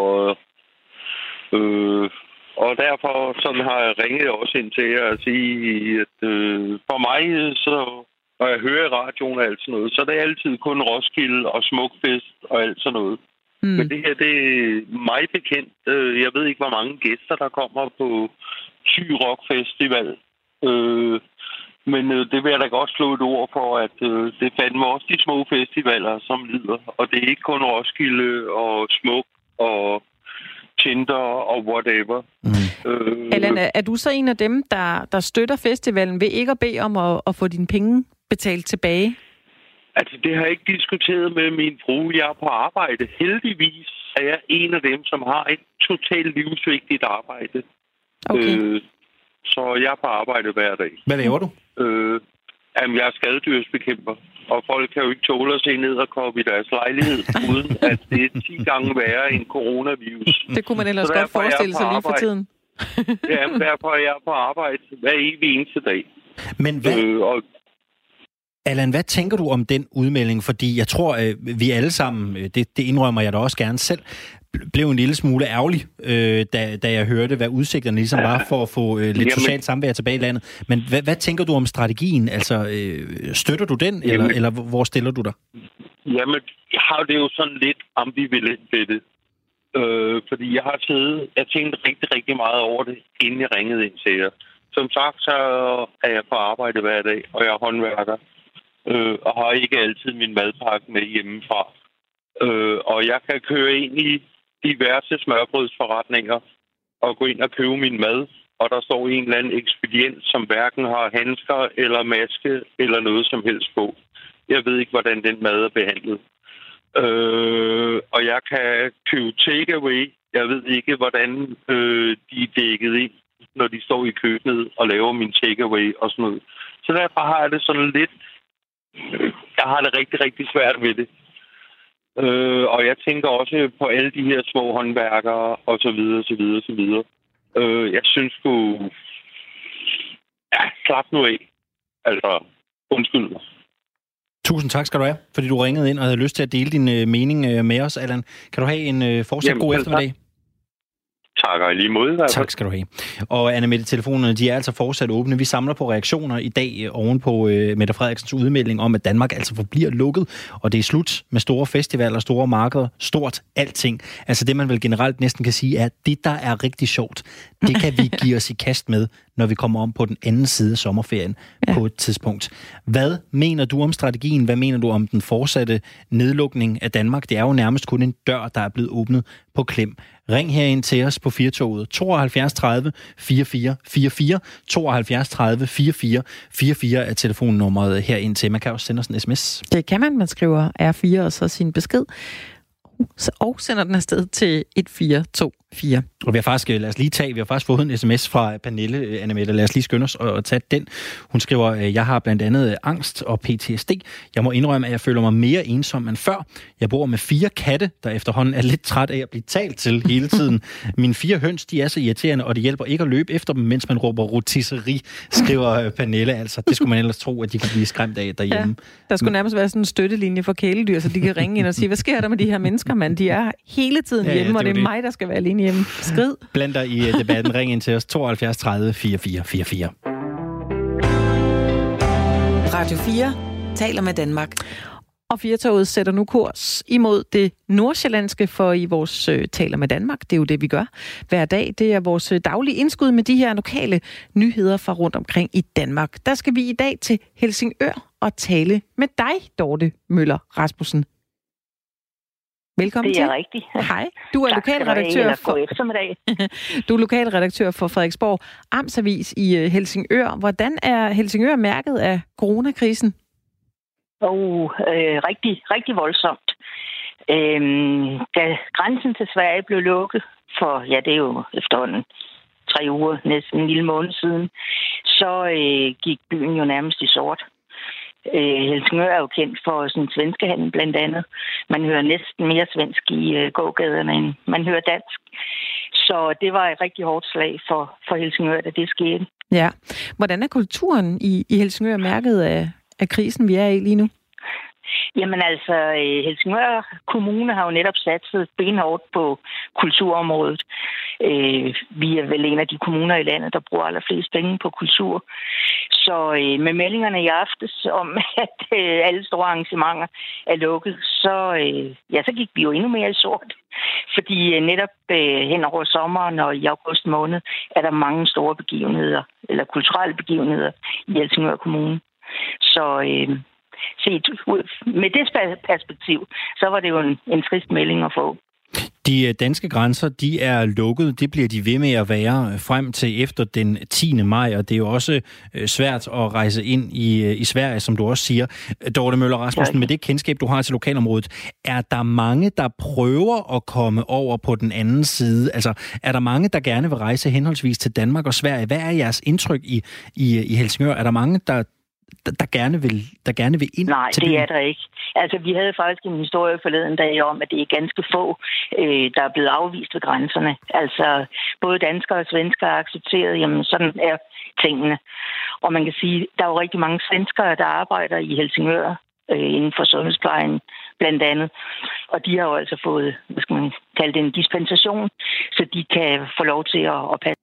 øh, og derfor sådan har jeg ringet også ind til jer at sige, at øh, for mig, så, når jeg hører i radioen og alt sådan noget, så er det altid kun Roskilde og Smukfest og alt sådan noget. Mm. Men det her, det er meget bekendt. Jeg ved ikke, hvor mange gæster, der kommer på Thy Rock Festival. Øh, men det vil jeg da godt slå et ord for, at det fandme også de små festivaler, som lider. Og det er ikke kun Roskilde og Smuk og Tinder og whatever. Mm. Øh, Allan, er, er du så en af dem, der, der støtter festivalen ved ikke at bede om at, at få dine penge betalt tilbage? Altså, det har jeg ikke diskuteret med min frue. Jeg er på arbejde. Heldigvis er jeg en af dem, som har et totalt livsvigtigt arbejde. Okay. Øh, så jeg er på arbejde hver dag. Hvad laver du? Øh, jamen, jeg er skadedyrsbekæmper. Og folk kan jo ikke tåle at se ned og komme i deres lejlighed, uden at det er ti gange værre end coronavirus. Det kunne man ellers godt forestille sig lige for tiden. Jamen, derfor er jeg på arbejde hver evig eneste dag. Men hvad... Øh, og Allan, hvad tænker du om den udmelding? Fordi jeg tror, at vi alle sammen, det, det indrømmer jeg da også gerne selv, blev en lille smule ærgerlig, øh, da, da jeg hørte, hvad udsigterne ligesom var for at få øh, lidt jamen, socialt samvær tilbage i landet. Men hvad, hvad tænker du om strategien? Altså, øh, støtter du den, eller, jamen, eller hvor stiller du dig? Jamen, jeg har det jo sådan lidt ambivalent ved det. Øh, fordi jeg har siddet, jeg tænkte rigtig, rigtig meget over det, inden jeg ringede ind til jer. Som sagt, så er jeg på arbejde hver dag, og jeg er håndværker. Øh, og har ikke altid min madpakke med hjemmefra. Øh, og jeg kan køre ind i diverse smørbrødsforretninger og gå ind og købe min mad, og der står en eller anden ekspedient, som hverken har handsker eller maske eller noget som helst på. Jeg ved ikke, hvordan den mad er behandlet. Øh, og jeg kan købe takeaway. Jeg ved ikke, hvordan øh, de er dækket ind, når de står i køkkenet og laver min takeaway og sådan noget. Så derfor har jeg det sådan lidt... Jeg har det rigtig, rigtig svært ved det. Øh, og jeg tænker også på alle de her små håndværkere, og så videre, så videre, så videre. Øh, jeg synes du... Ja, klap nu af. Altså, undskyld mig. Tusind tak skal du have, fordi du ringede ind og havde lyst til at dele din øh, mening øh, med os, Allan. Kan du have en øh, fortsat Jamen, god eftermiddag? Tak. Tak, og i lige måde. Tak skal du have. Og Anne-Mette, telefonerne, de er altså fortsat åbne. Vi samler på reaktioner i dag øh, oven på øh, Mette Frederiksens udmelding om, at Danmark altså forbliver lukket, og det er slut med store festivaler, store markeder, stort alting. Altså det, man vel generelt næsten kan sige, er, at det, der er rigtig sjovt, det kan vi give os i kast med, når vi kommer om på den anden side af sommerferien ja. på et tidspunkt. Hvad mener du om strategien? Hvad mener du om den fortsatte nedlukning af Danmark? Det er jo nærmest kun en dør, der er blevet åbnet på klem. Ring herind til os på Firtoget tooghalvfjerds tredive fireogfyrre fireogfyrre. tooghalvfjerds tredive fireogfyrre fireogfyrre er telefonnummeret herind til. Man kan også sende os en sms. Det kan man. Man skriver R fire og så sin besked. Og sender den afsted til et fire to fire. Og vi har faktisk, lad os lige tage, vi har faktisk fået en sms fra Pernille, Anne-Mette. Lad os lige skynde os og tage den. Hun skriver, jeg har blandt andet angst og P T S D. Jeg må indrømme, at jeg føler mig mere ensom end før. Jeg bor med fire katte, der efterhånden er lidt træt af at blive talt til hele tiden. Mine fire høns, de er så irriterende, og det hjælper ikke at løbe efter dem, mens man råber rotisseri, skriver Pernille. Altså, det skulle man ellers tro, at de kan blive skræmt af derhjemme. Ja, der skulle nærmest være sådan en støttelinje for kæledyr, så de kan ringe ind og sige, hvad sker der med de her mennesker, mand? De er hele tiden hjemme, ja, ja, det og det er det. Mig, der skal være alene hjemme. Skrid. Bland dig i debatten. Ring ind til os tooghalvfjerds tredive fireogfyrre fireogfyrre. Radio fire taler med Danmark. Og Firtoget sætter nu kurs imod det nordsjællandske, for i vores øh, taler med Danmark, det er jo det, vi gør hver dag. Det er vores øh, daglige indskud med de her lokale nyheder fra rundt omkring i Danmark. Der skal vi i dag til Helsingør og tale med dig, Dorte Møller Rasmussen. Velkommen til. Det er rigtigt. Hej. Du er lokalredaktør for Du er lokalredaktør for Frederiksborg Amtsavis i Helsingør. Hvordan er Helsingør mærket af coronakrisen? Oh, øh, rigtig, rigtig voldsomt. Øhm, da grænsen til Sverige blev lukket for, ja, det er jo efterhånden tre uger, næsten en lille måned siden, så øh, gik byen jo nærmest i sort. Øh, Helsingør er jo kendt for sin svenskehandel blandt andet. Man hører næsten mere svensk i øh, gågaderne, end man hører dansk. Så det var et rigtig hårdt slag for, for Helsingør, da det skete. Ja. Hvordan er kulturen i, i Helsingør mærket af, af krisen, vi er i lige nu? Jamen altså, Helsingør Kommune har jo netop satset benhårdt på kulturområdet. Vi er vel en af de kommuner i landet, der bruger allerflest penge på kultur. Så med meldingerne i aftes om, at alle store arrangementer er lukket, så, ja, så gik vi jo endnu mere i sort. Fordi netop hen over sommeren og i august måned er der mange store begivenheder, eller kulturelle begivenheder i Helsingør Kommune. Så øh, set med det perspektiv, så var det jo en, en trist melding at få. De danske grænser, de er lukket. Det bliver de ved med at være frem til efter den tiende maj, og det er jo også svært at rejse ind i, i Sverige, som du også siger. Dorte Møller Rasmussen, med det kendskab, du har til lokalområdet, er der mange, der prøver at komme over på den anden side? Altså, er der mange, der gerne vil rejse henholdsvis til Danmark og Sverige? Hvad er jeres indtryk i, i, i Helsingør? Er der mange, der Der gerne, vil, der gerne vil ind Nej, til det byen? er der ikke. Altså, vi havde faktisk en historie forleden dag om, at det er ganske få, øh, der er blevet afvist ved grænserne. Altså, både danskere og svenskere har accepteret, jamen sådan er tingene. Og man kan sige, der er jo rigtig mange svenskere, der arbejder i Helsingør øh, inden for sundhedsplejen blandt andet. Og de har jo altså fået, hvad skal man kalde det, en dispensation, så de kan få lov til at, at passe.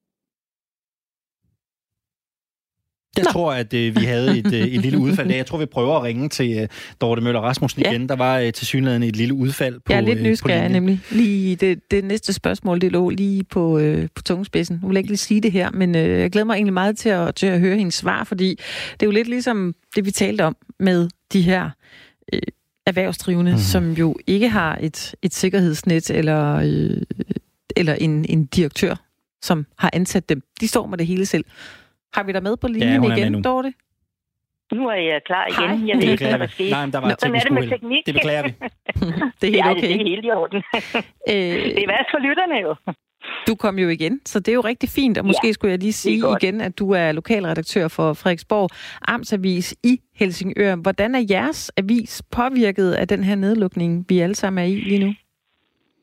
Jeg Nå. tror, at øh, vi havde et, øh, et lille udfald der. Jeg tror, vi prøver at ringe til øh, Dorte Møller Rasmussen ja. igen. Der var øh, tilsyneladende et lille udfald på Jeg er lidt øh, nysgerrig, nemlig. Lige det, det næste spørgsmål, det lå lige på, øh, på tungespidsen. Nu vil jeg ikke lige sige det her, men øh, jeg glæder mig egentlig meget til at, til at høre hendes svar, fordi det er jo lidt ligesom det, vi talte om med de her øh, erhvervsdrivende, mm. som jo ikke har et, et sikkerhedsnet eller, øh, eller en, en direktør, som har ansat dem. De står med det hele selv. Har vi dig med på linjen ja, igen, Dorte? Nu er jeg klar igen. Hej. Jeg ved ikke, hvad der skete. Nej, men der var et teknisk uheld. Det, det beklager vi. Det er helt okay. Ja, det er helt i orden. øh, det er værst for lytterne jo. Du kom jo igen, så det er jo rigtig fint. Og måske ja, skulle jeg lige sige igen, at du er lokalredaktør for Frederiksborg Amtsavis i Helsingør. Hvordan er jeres avis påvirket af den her nedlukning, vi alle sammen er i lige nu?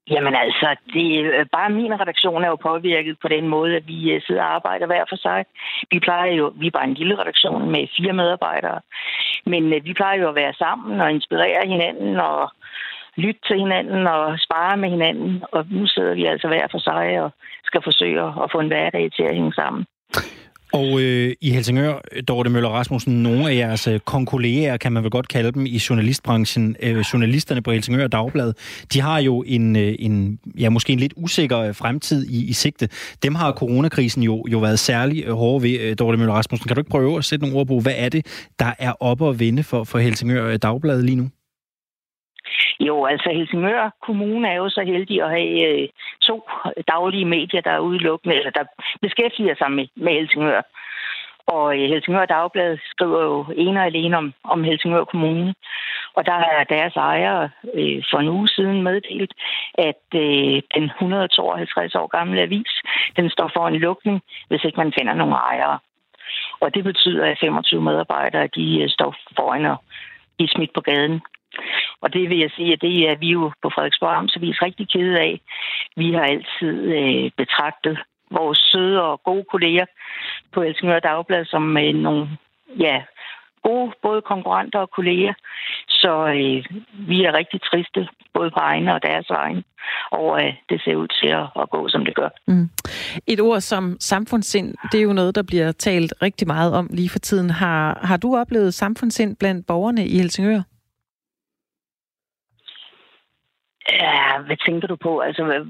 Jamen altså, det, bare min redaktion er jo påvirket på den måde, at vi sidder og arbejder hver for sig. Vi plejer jo, vi er bare en lille redaktion med fire medarbejdere, men vi plejer jo at være sammen og inspirere hinanden og lytte til hinanden og spare med hinanden. Og nu sidder vi altså hver for sig og skal forsøge at få en hverdag til at hænge sammen. Og øh, i Helsingør, Dorte Møller Rasmussen, nogle af jeres øh, konkolleger, kan man vel godt kalde dem, i journalistbranchen, øh, journalisterne på Helsingør Dagblad, de har jo en, øh, en ja, måske en lidt usikker øh, fremtid i, i sigte. Dem har coronakrisen jo, jo været særlig øh, hårde ved, øh, Dorte Møller Rasmussen. Kan du ikke prøve at sætte nogle ord på, hvad er det, der er oppe at vende for, for Helsingør øh, Dagblad lige nu? Jo, altså Helsingør Kommune er jo så heldig at have øh, to daglige medier, der er udelukkende, eller der beskæftiger sig med, med Helsingør. Og øh, Helsingør Dagblad skriver jo ene og alene om, om Helsingør Kommune. Og der er deres ejere øh, for en uge siden meddelt, at øh, den et hundrede og tooghalvtreds år gamle avis, den står for en lukning, hvis ikke man finder nogle ejere. Og det betyder, at femogtyve medarbejdere, de øh, står foran og de er smidt på gaden. Og det vil jeg sige, at det er vi jo på Frederiksborg Amtsavis rigtig kede af. Vi har altid øh, betragtet vores søde og gode kolleger på Helsingør Dagblad som øh, nogle ja, gode både konkurrenter og kolleger. Så øh, vi er rigtig triste, både på egne og deres vegne, over at det ser ud til at, at gå, som det gør. Mm. Et ord som samfundssind, det er jo noget, der bliver talt rigtig meget om lige for tiden. Har, har du oplevet samfundssind blandt borgerne i Helsingør? Ja, hvad tænker du på? Altså, hvad...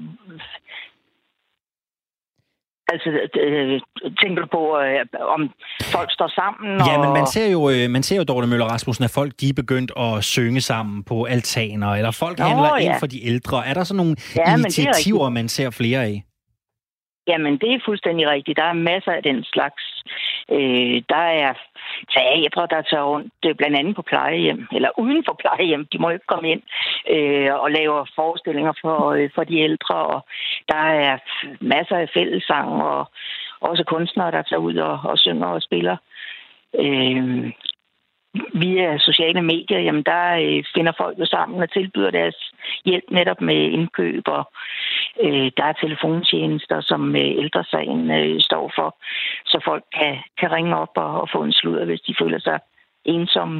Altså, øh, tænker du på, øh, om folk står sammen? Og... Ja, men man ser jo, øh, man ser jo Dorte Møller Rasmussen, at folk de er begyndt at synge sammen på altaner, eller folk Nå, handler ja. ind for de ældre. Er der sådan nogle ja, initiativer, man ser flere af? Jamen, det er fuldstændig rigtigt. Der er masser af den slags. Øh, der er teatre, der tager rundt, blandt andet på plejehjem, eller uden for plejehjem. De må ikke komme ind øh, og lave forestillinger for, øh, for de ældre. Og der er masser af fællessang, og også kunstnere, der tager ud og, og synger og spiller. Øh, via sociale medier, jamen der øh, finder folk jo sammen og tilbyder deres hjælp netop med indkøb, og øh, der er telefontjenester, som øh, Ældresagen øh, står for, så folk kan, kan ringe op og, og få en sludder, hvis de føler sig ensomme.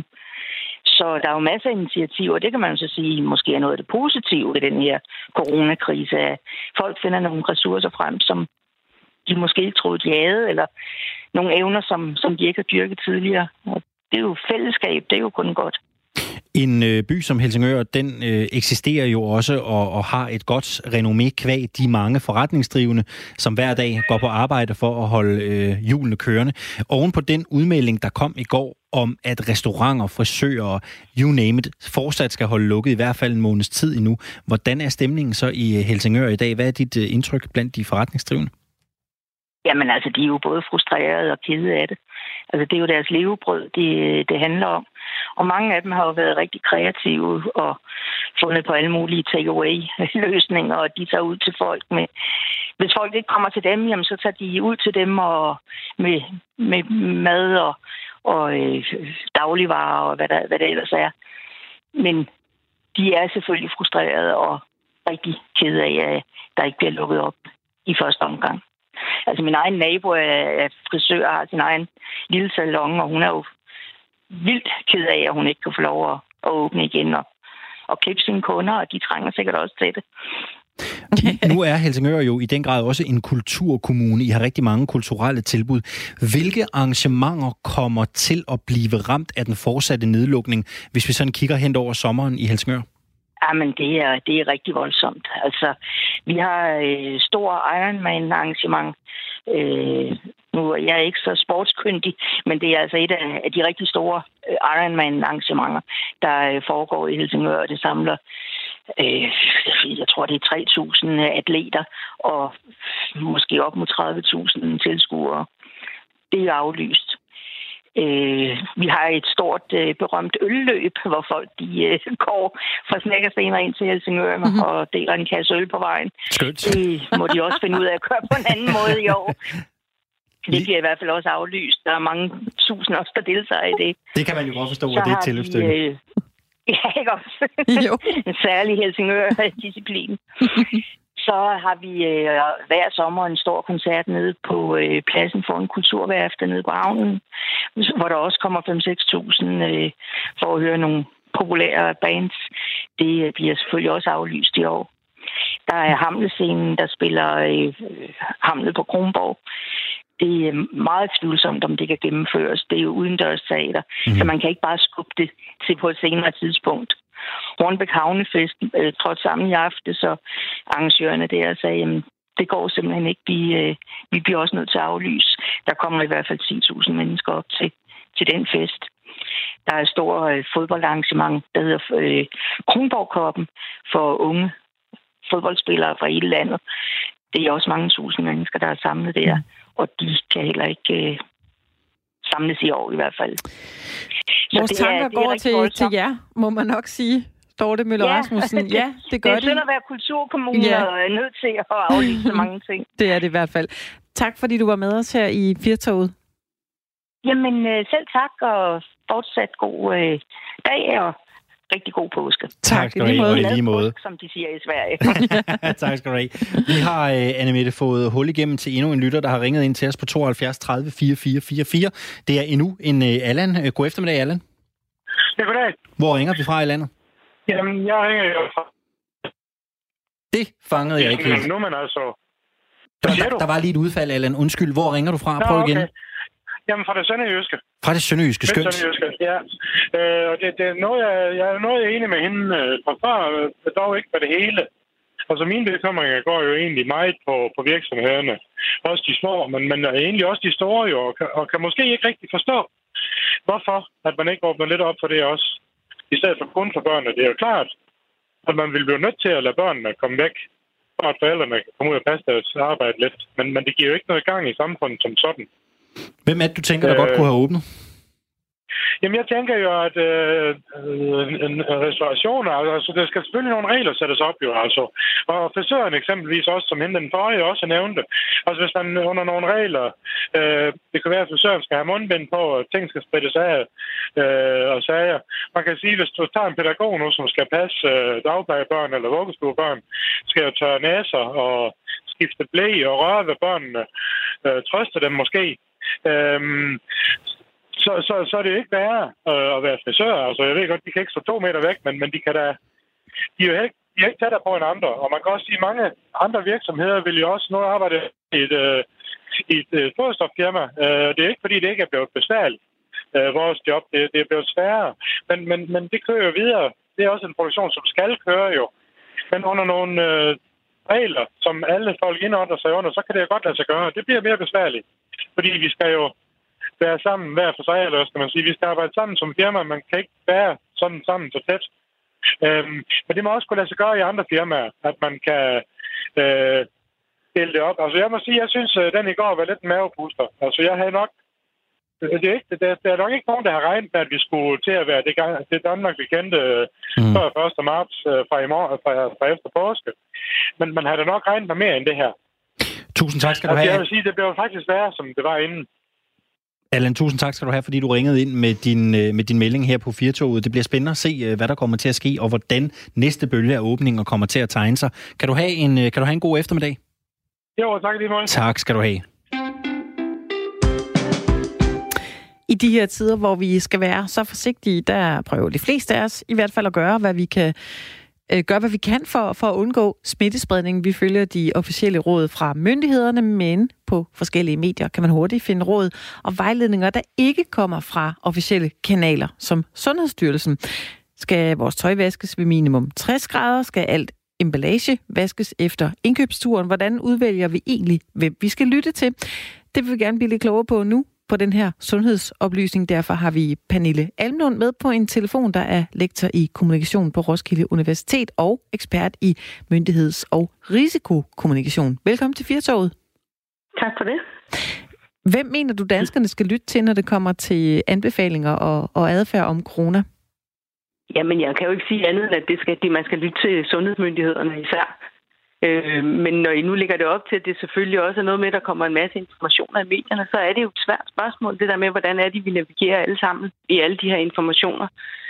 Så der er jo masser af initiativer, det kan man jo så sige, måske er noget af det positive ved den her coronakrise, at folk finder nogle ressourcer frem, som de måske ikke troede, de havde, eller nogle evner, som, som de ikke har dyrket tidligere. Og det er jo fællesskab, det er jo kun godt. En øh, by som Helsingør, den øh, eksisterer jo også og, og har et godt renommé kvæg de mange forretningsdrivende, som hver dag går på arbejde for at holde øh, hjulene kørende. Oven på den udmelding, der kom i går om, at restauranter, frisører, you name it, fortsat skal holde lukket i hvert fald en måneds tid endnu. Hvordan er stemningen så i Helsingør i dag? Hvad er dit øh, indtryk blandt de forretningsdrivende? Jamen altså, de er jo både frustrerede og kede af det. Altså, det er jo deres levebrød, det, det handler om. Og mange af dem har jo været rigtig kreative og fundet på alle mulige take-away-løsninger, og de tager ud til folk med... Hvis folk ikke kommer til dem, jamen, så tager de ud til dem og med, med mad og, og øh, dagligvarer og hvad der, hvad der ellers er. Men de er selvfølgelig frustrerede og rigtig kede af, at der ikke bliver lukket op i første omgang. Altså, min egen nabo er frisør og har sin egen lille salon, og hun er jo vildt ked af, at hun ikke kan få lov at, at åbne igen og, og klippe sine kunder, og de trænger sikkert også til det. Nu er Helsingør jo i den grad også en kulturkommune. I har rigtig mange kulturelle tilbud. Hvilke arrangementer kommer til at blive ramt af den fortsatte nedlukning, hvis vi sådan kigger hen over sommeren i Helsingør? Jamen, det er, det er rigtig voldsomt. Altså, vi har øh, stor Ironman-arrangement. Øh, nu er jeg ikke så sportskyndig, men det er altså et af, af de rigtig store øh, Ironman-arrangementer, der øh, foregår i Helsingør. Det samler, øh, jeg tror, det er tre tusind atleter og måske op mod tredive tusind tilskuere. Det er aflyst. Øh, vi har et stort, øh, berømt ølløb, hvor folk de, øh, går fra Snækkerstener ind til Helsingør mm-hmm. og deler en kasse øl på vejen. Skønt. Det må de også finde ud af at gøre på en anden måde i år. Det bliver i hvert fald også aflyst. Der er mange tusind også, der deltager i det. Det kan man jo godt forstå, at det er et tilløbsstykke. De, øh, Ja, ikke også? Jo. En særlig Helsingør-disciplin. Så har vi øh, hver sommer en stor koncert nede på øh, pladsen for en kulturværfte nede på havnen, hvor der også kommer fem til seks tusind øh, for at høre nogle populære bands. Det bliver selvfølgelig også aflyst i år. Der er Hamlet-scenen, der spiller øh, Hamlet på Kronborg. Det er meget tvivlsomt, om det kan gennemføres. Det er jo udendørs teater, mm-hmm. så man kan ikke bare skubbe det til på et senere tidspunkt. Hornbæk Havnefest øh, trådte sammen i aften, så arrangørerne der sagde, jamen, det går simpelthen ikke. Vi, øh, vi bliver også nødt til at aflyse. Der kommer i hvert fald ti tusind mennesker op til, til den fest. Der er et stort øh, fodboldarrangement, der hedder øh, Kronborg-koppen for unge fodboldspillere fra hele landet. Det er også mange tusind mennesker, der er samlet der, mm. og de kan heller ikke øh, samles i år i hvert fald. Vores så tanker er, går til, til jer, må man nok sige. Dorte Møller ja, Rasmussen. Ja, det gør det. Det er synd at være kulturkommune ja. og er nødt til at aflyse mange ting. Det er det i hvert fald. Tak, fordi du var med os her i Firtoget. Jamen, selv tak, og fortsat god øh, dag, og rigtig god påske. Tak skal du have, og i lige måde. Som de siger i Sverige. Tak skal du have. Vi har, uh, Anne-Mette, fået hul igennem til endnu en lytter, der har ringet ind til os på tooghalvfjerds tredive fireogfyrre fireogfyrre. Det er endnu en uh, Allan. Uh, god eftermiddag, Allan. Ja, goddag. Hvor ringer vi fra i landet? Jamen, jeg ringer jo fra... Det fangede jeg ikke helt. Nu, men altså... Der, der, der var lige et udfald, Allan. Undskyld, hvor ringer du fra? Prøv igen. Okay. Jamen, fra det sønderjyske. Fra det sønderjyske, skønt. Sønderjyske, ja. Øh, og det, det er noget, jeg, jeg er noget enig med hende øh, fra før, øh, dog ikke for det hele. Altså, mine bekymringer går jo egentlig meget på, på virksomhederne. Også de små, men, men egentlig også de store jo, og kan, og kan måske ikke rigtig forstå, hvorfor at man ikke åbner lidt op for det også. I stedet for kun for børnene. Det er jo klart, at man vil blive nødt til at lade børnene komme væk, for at forældrene kan komme ud og passe deres arbejde lidt. Men, men det giver jo ikke noget gang i samfundet som sådan. Hvem er det, du tænker, der øh, godt kunne have åbnet? Jamen, jeg tænker jo, at øh, en restauration, altså, der skal selvfølgelig nogle regler sættes op, jo, altså. Og frisøren eksempelvis også, som hende den forrige også nævnte. Altså, hvis man under nogle regler, øh, det kan være, at frisøren skal have mundbind på, og ting skal sprittes af, øh, og sager. Man kan sige, hvis du tager en pædagog nu, som skal passe øh, dagplejebørn eller vuggestuebørn, skal jo tørre næser og skifte blæ og røre ved børnene, øh, trøste dem måske. Øh, Så, så, så er det jo ikke værre øh, at være frisør. Altså, jeg ved godt, de kan ikke stå to meter væk, men, men de kan da... De er jo ikke, de er ikke tættere på en andre. Og man kan også sige, at mange andre virksomheder vil jo også nu arbejde i et, øh, i et øh, foderstoffirma. Øh, det er ikke, fordi det ikke er blevet besværligt, øh, vores job. Det, det er blevet sværere. Men, men, men det kører jo videre. Det er også en produktion, som skal køre jo. Men under nogle øh, regler, som alle folk indordner sig under, så kan det jo godt lade sig gøre. Det bliver mere besværligt. Fordi vi skal jo være sammen hver for sig, eller skal man sige. Vi skal arbejde sammen som firma, man kan ikke være sådan sammen så tæt. Øhm, men det må også kunne lade sig gøre i andre firmaer, at man kan øh, dele det op. Altså jeg må sige, jeg synes, at den i går var lidt en mavepuster. Altså jeg havde nok, det er, ikke, det, der er nok ikke nogen, der har regnet med, at vi skulle til at være det, gang, det Danmark, vi kendte mm. før første marts fra, i morgen, fra, fra efter påske. Men man havde nok regnet med mere end det her. Tusind tak skal du altså, have. Jeg vil sige, det blev faktisk værre, som det var inden. Allan, tusind tak skal du have, fordi du ringede ind med din, med din melding her på Firtoget. Det bliver spændende at se, hvad der kommer til at ske, og hvordan næste bølge af åbninger kommer til at tegne sig. Kan du have en, kan du have en god eftermiddag? Jo, tak lige meget. Tak skal du have. I de her tider, hvor vi skal være så forsigtige, der prøver de fleste af os i hvert fald at gøre, hvad vi kan gør, hvad vi kan for, for at undgå smittespredning. Vi følger de officielle råd fra myndighederne, men på forskellige medier kan man hurtigt finde råd og vejledninger, der ikke kommer fra officielle kanaler, som Sundhedsstyrelsen. Skal vores tøj vaskes ved minimum tres grader? Skal alt emballage vaskes efter indkøbsturen? Hvordan udvælger vi egentlig, hvem vi skal lytte til? Det vil vi gerne blive lidt klogere på nu, på den her sundhedsoplysning. Derfor har vi Pernille Almlund med på en telefon, der er lektor i kommunikation på Roskilde Universitet og ekspert i myndigheds- og risikokommunikation. Velkommen til Firtoget. Tak for det. Hvem mener du, danskerne skal lytte til, når det kommer til anbefalinger og, og adfærd om corona? Jamen, jeg kan jo ikke sige andet, end at det skal, man skal lytte til sundhedsmyndighederne især. Øh, men når I nu lægger det op til, at det selvfølgelig også er noget med, at der kommer en masse informationer i medierne, så er det jo et svært spørgsmål, det der med, hvordan er det, vi navigerer alle sammen i alle de her informationer.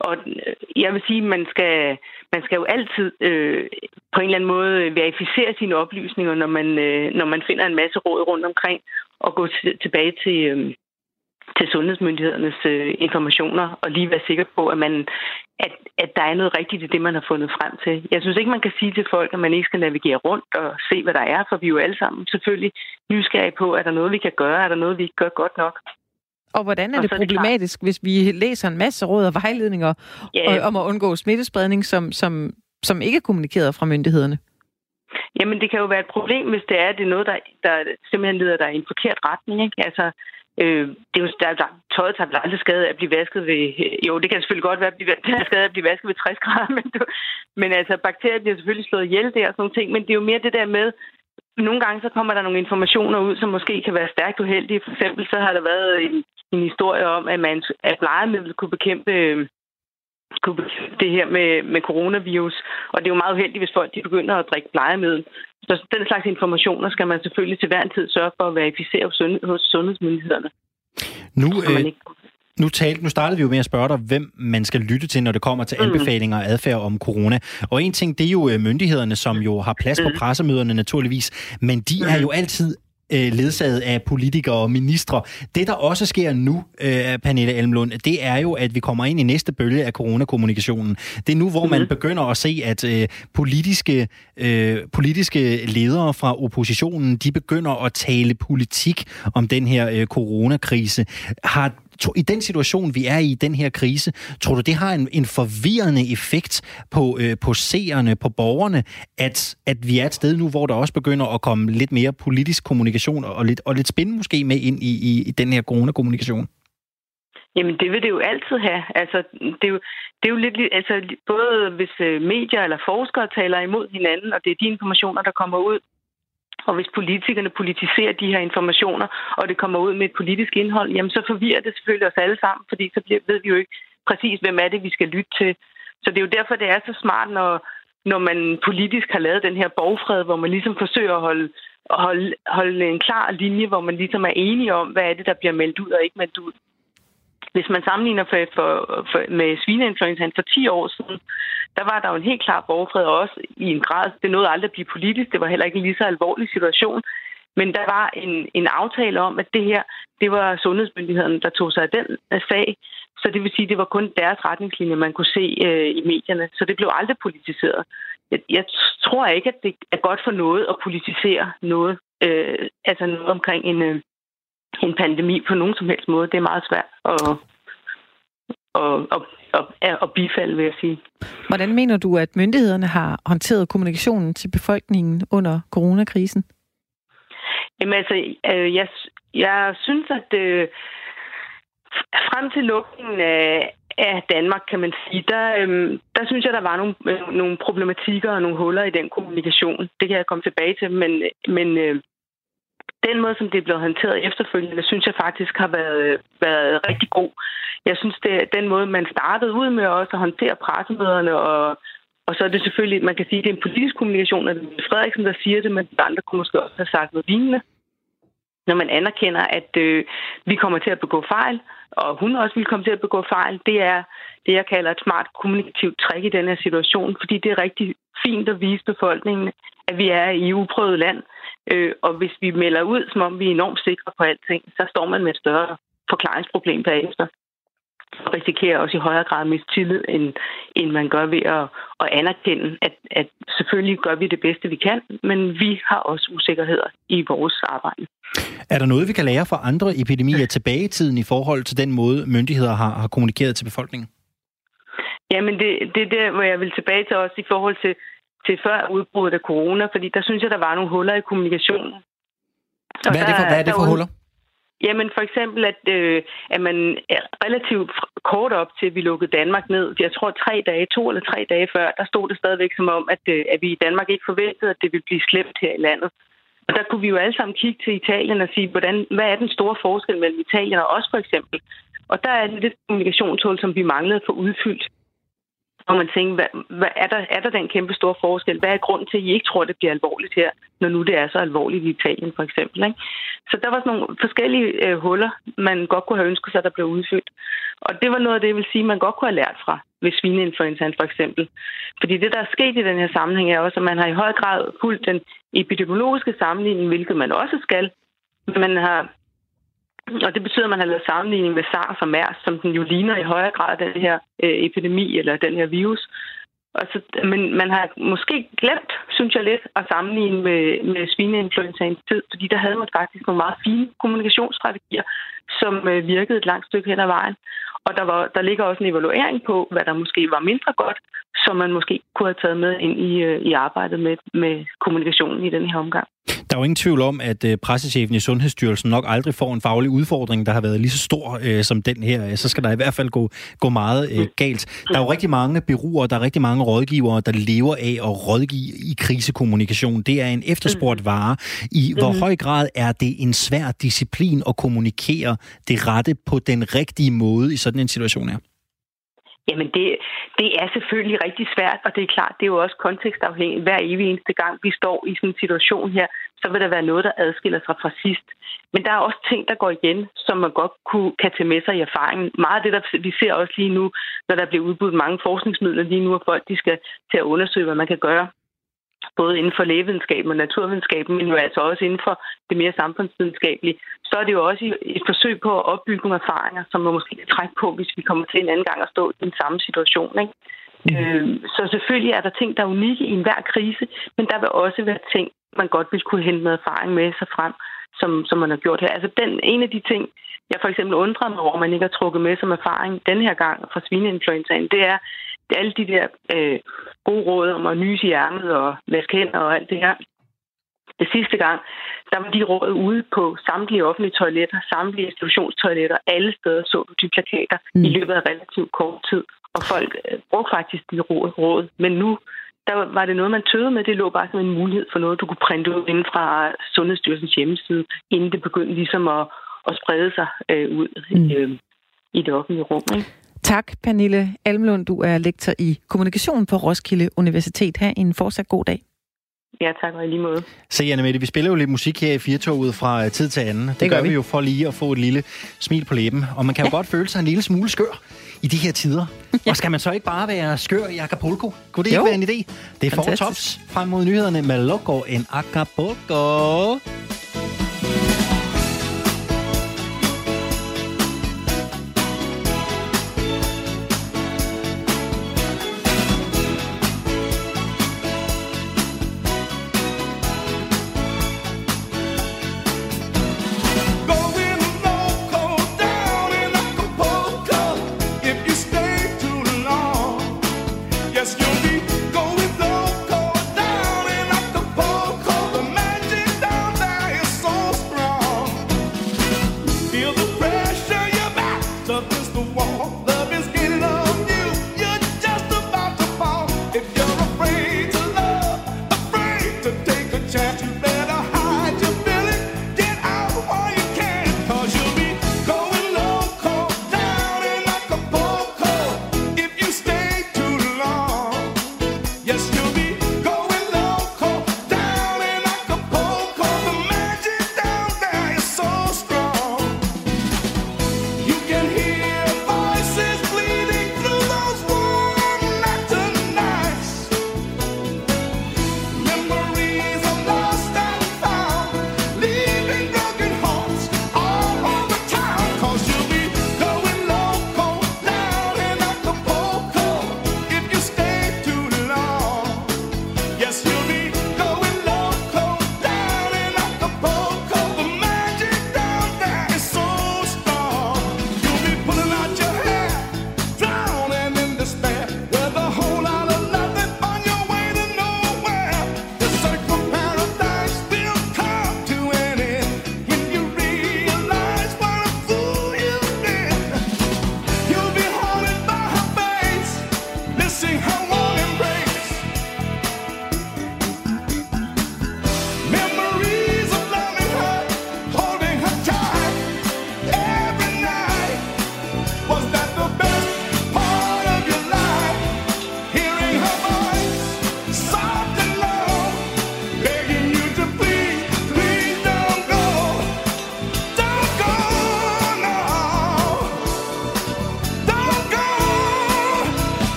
Og jeg vil sige, at man skal, man skal jo altid øh, på en eller anden måde verificere sine oplysninger, når man, øh, når man finder en masse råd rundt omkring, og gå t- tilbage til, øh, til sundhedsmyndighedernes øh, informationer, og lige være sikker på, at, man, at, at der er noget rigtigt i det, man har fundet frem til. Jeg synes ikke, man kan sige til folk, at man ikke skal navigere rundt og se, hvad der er, for vi er jo alle sammen selvfølgelig nysgerrige på, er der noget, vi kan gøre, er der noget, vi ikke gør godt nok. Og hvordan er og det problematisk, det hvis vi læser en masse råd og vejledninger yeah. om at undgå smittespredning, som, som, som ikke er kommunikeret fra myndighederne? Jamen, det kan jo være et problem, hvis det er, at det er noget, der, der simpelthen leder dig i en forkert retning. Ikke? Altså, øh, det er jo, der, der, tøjet tager aldrig skade af at blive vasket ved... Jo, det kan selvfølgelig godt være, at blive skade af at blive vasket ved tres grader, men, du, men altså, bakterier bliver selvfølgelig slået ihjel der og sådan nogle ting, men det er jo mere det der med, nogle gange så kommer der nogle informationer ud, som måske kan være stærkt uheldige. For eksempel så har der været en, en historie om, at man at blegemiddel kunne bekæmpe, kunne bekæmpe det her med, med coronavirus. Og det er jo meget uheldigt, hvis folk de begynder at drikke blegemiddel. Så den slags informationer skal man selvfølgelig til hver en tid sørge for at verificere hos, sundhed, hos sundhedsmyndighederne. Nu, øh, nu, talte, nu startede vi jo med at spørge dig, hvem man skal lytte til, når det kommer til anbefalinger og adfærd om corona. Og en ting, det er jo myndighederne, som jo har plads på pressemøderne naturligvis, men de er jo altid ledsaget af politikere og ministre. Det, der også sker nu, øh, Pernille Almlund, det er jo, at vi kommer ind i næste bølge af coronakommunikationen. Det er nu, hvor man begynder at se, at øh, politiske, øh, politiske ledere fra oppositionen, de begynder at tale politik om den her øh, coronakrise. Har I den situation, vi er i, den her krise, tror du, det har en, en forvirrende effekt på, øh, på seerne, på borgerne, at, at vi er et sted nu, hvor der også begynder at komme lidt mere politisk kommunikation og lidt, og lidt spændende måske med ind i, i, i den her coronakommunikation? Jamen, det vil det jo altid have. Altså, det er jo, det er jo lidt... Altså, både hvis medier eller forskere taler imod hinanden, og det er de informationer, der kommer ud, og hvis politikerne politiserer de her informationer, og det kommer ud med et politisk indhold, jamen så forvirrer det selvfølgelig os alle sammen, fordi så bliver, ved vi jo ikke præcis, hvem er det, vi skal lytte til. Så det er jo derfor, det er så smart, når, når man politisk har lavet den her borgfred, hvor man ligesom forsøger at holde, holde, holde en klar linje, hvor man ligesom er enige om, hvad er det, der bliver meldt ud og ikke meldt ud. Hvis man sammenligner for, for, for, med svineinfluenzaen for ti år siden, der var der jo en helt klar borgfred også i en grad. Det nåede aldrig at blive politisk. Det var heller ikke en lige så alvorlig situation. Men der var en, en aftale om, at det her, det var sundhedsmyndighederne, der tog sig af den sag. Så det vil sige, at det var kun deres retningslinjer, man kunne se øh, i medierne. Så det blev aldrig politiseret. Jeg, jeg tror ikke, at det er godt for noget at politisere noget. Øh, altså noget omkring en... Øh, en pandemi på nogen som helst måde. Det er meget svært at, at, at, at, at bifalde, vil jeg sige. Hvordan mener du, at myndighederne har håndteret kommunikationen til befolkningen under coronakrisen? Jamen altså, jeg, jeg synes, at øh, frem til lukningen af, af Danmark, kan man sige, der, øh, der synes jeg, der var nogle, øh, nogle problematikker og nogle huller i den kommunikation. Det kan jeg komme tilbage til, men, men øh, den måde, som det er blevet håndteret efterfølgende, synes jeg faktisk har været, været rigtig god. Jeg synes, det er den måde, man startede ud med også at håndtere pressemøderne, og, og så er det selvfølgelig, man kan sige, at det er en politisk kommunikation, at det er Frederiksen, der siger det, men andre kunne måske også have sagt noget lignende. Når man anerkender, at øh, vi kommer til at begå fejl, og hun også vil komme til at begå fejl, det er det, jeg kalder et smart kommunikativt trick i den her situation, fordi det er rigtig fint at vise befolkningen, at vi er i uprøvet land. Øh, og hvis vi melder ud, som om vi er enormt sikre på alting, så står man med et større forklaringsproblem bagefter. Og risikerer også i højere grad mistillid, end, end man gør ved at, at anerkende, at, at selvfølgelig gør vi det bedste, vi kan, men vi har også usikkerheder i vores arbejde. Er der noget, vi kan lære fra andre epidemier tilbage i tiden i forhold til den måde, myndigheder har, har kommunikeret til befolkningen? Jamen, det, det er der, hvor jeg vil tilbage til også i forhold til til før udbruddet af corona, fordi der synes jeg, der var nogle huller i kommunikationen. Og hvad er det for, hvad er det for huller? Jamen for eksempel, at, øh, at man relativt kort op til, at vi lukkede Danmark ned. Jeg tror tre dage, to eller tre dage før, der stod det stadigvæk som om, at, øh, at vi i Danmark ikke forventede, at det ville blive slemt her i landet. Og der kunne vi jo alle sammen kigge til Italien og sige, hvordan, hvad er den store forskel mellem Italien og os for eksempel. Og der er det lidt kommunikationshul, som vi manglede at få udfyldt. Og man tænker, hvad, hvad, er, der, er der den kæmpe store forskel? Hvad er grunden til, at I ikke tror, det bliver alvorligt her, når nu det er så alvorligt i Italien, for eksempel? Ikke? Så der var sådan nogle forskellige øh, huller, man godt kunne have ønsket sig, der blev udfyldt. Og det var noget af det, jeg vil sige, man godt kunne have lært fra. ved svineinfluenzaen for eksempel. Fordi det, der er sket i den her sammenhæng, er også, at man har i høj grad fulgt den epidemiologiske sammenligning, hvilket man også skal. Man har, og det betyder, at man har lavet sammenligning med SARS og MERS, som den jo ligner i højere grad den her øh, epidemi eller den her virus. Altså, men man har måske glemt, synes jeg lidt, at sammenligne med, med svineinfluenzaens tid, fordi der havde man faktisk nogle meget fine kommunikationsstrategier, som øh, virkede et langt stykke hen ad vejen. Og der, var, der ligger også en evaluering på, hvad der måske var mindre godt, som man måske kunne have taget med ind i, øh, i arbejdet med, med kommunikationen i den her omgang. Der er jo ingen tvivl om, at øh, pressechefen i Sundhedsstyrelsen nok aldrig får en faglig udfordring, der har været lige så stor øh, som den her. Så skal der i hvert fald gå, gå meget øh, galt. Der er jo rigtig mange bureauer, der er rigtig mange rådgivere, der lever af at rådgive i krisekommunikation. Det er en efterspurgt vare. I hvor høj grad er det en svær disciplin at kommunikere det rette på den rigtige måde i sådan en situation her? Jamen, det, det er selvfølgelig rigtig svært, og det er klart, det er jo også kontekstafhængigt. Hver evig eneste gang, vi står i sådan en situation her, så vil der være noget, der adskiller sig fra sidst. Men der er også ting, der går igen, som man godt kunne, kan tage med sig i erfaringen. Meget af det, der vi ser også lige nu, når der bliver udbudt mange forskningsmidler lige nu, og folk de skal til at undersøge, hvad man kan gøre. Både inden for lægevidenskaben og naturvidenskaben, men jo altså også inden for det mere samfundsvidenskabelige, så er det jo også et forsøg på at opbygge nogle erfaringer, som man måske kan trække på, hvis vi kommer til en anden gang at stå i den samme situation. Ikke? Mm. Øh, så selvfølgelig er der ting, der er unikke i enhver krise, men der vil også være ting, man godt vil kunne hente noget erfaring med sig frem, som, som man har gjort her. Altså den, en af de ting, jeg for eksempel undrer mig over, man ikke har trukket med som erfaring den her gang fra svineinfluenzaen, det er, det er alle de der øh, gode råd om at nyse i ærmet og vaske hænder og alt det her. Det sidste gang, der var de råd ude på samtlige offentlige toiletter, samtlige institutionstoiletter, alle steder så du de plakater mm. i løbet af relativt kort tid. Og folk øh, brugte faktisk de råd, råd. Men nu, der var det noget, man tøvede med. Det lå bare som en mulighed for noget, du kunne printe ud inden fra Sundhedsstyrelsens hjemmeside, inden det begyndte ligesom at, at sprede sig øh, ud mm. øh, i det offentlige rum, ikke? Tak, Pernille Almlund. Du er lektor i kommunikation på Roskilde Universitet. Ha' en fortsat god dag. Ja, tak, og i lige måde. Så Anne-Mette, vi spiller jo lidt musik her i Firtoget fra tid til anden. Det, det gør vi. vi jo for lige at få et lille smil på læben. Og man kan jo ja. godt føle sig en lille smule skør i de her tider. Ja. Og skal man så ikke bare være skør i Acapulco? Kunne det jo. ikke være en idé? Det er Four Tops frem mod nyhederne med Loco en Acapulco. Going loco down in Acapulco, the magic down there.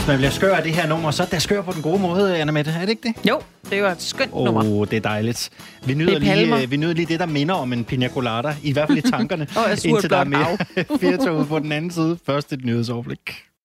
Hvis man bliver skør af det her nummer, så er der skør på den gode måde, Anna-Mette. Er det ikke det? Jo, det var et skønt oh, nummer. Åh, det er dejligt. Vi nyder, lige, vi nyder lige det, der minder om en pina colada. I hvert fald i tankerne. oh, indtil der er mere firtoget på den anden side. Først et nyhedsoverblik.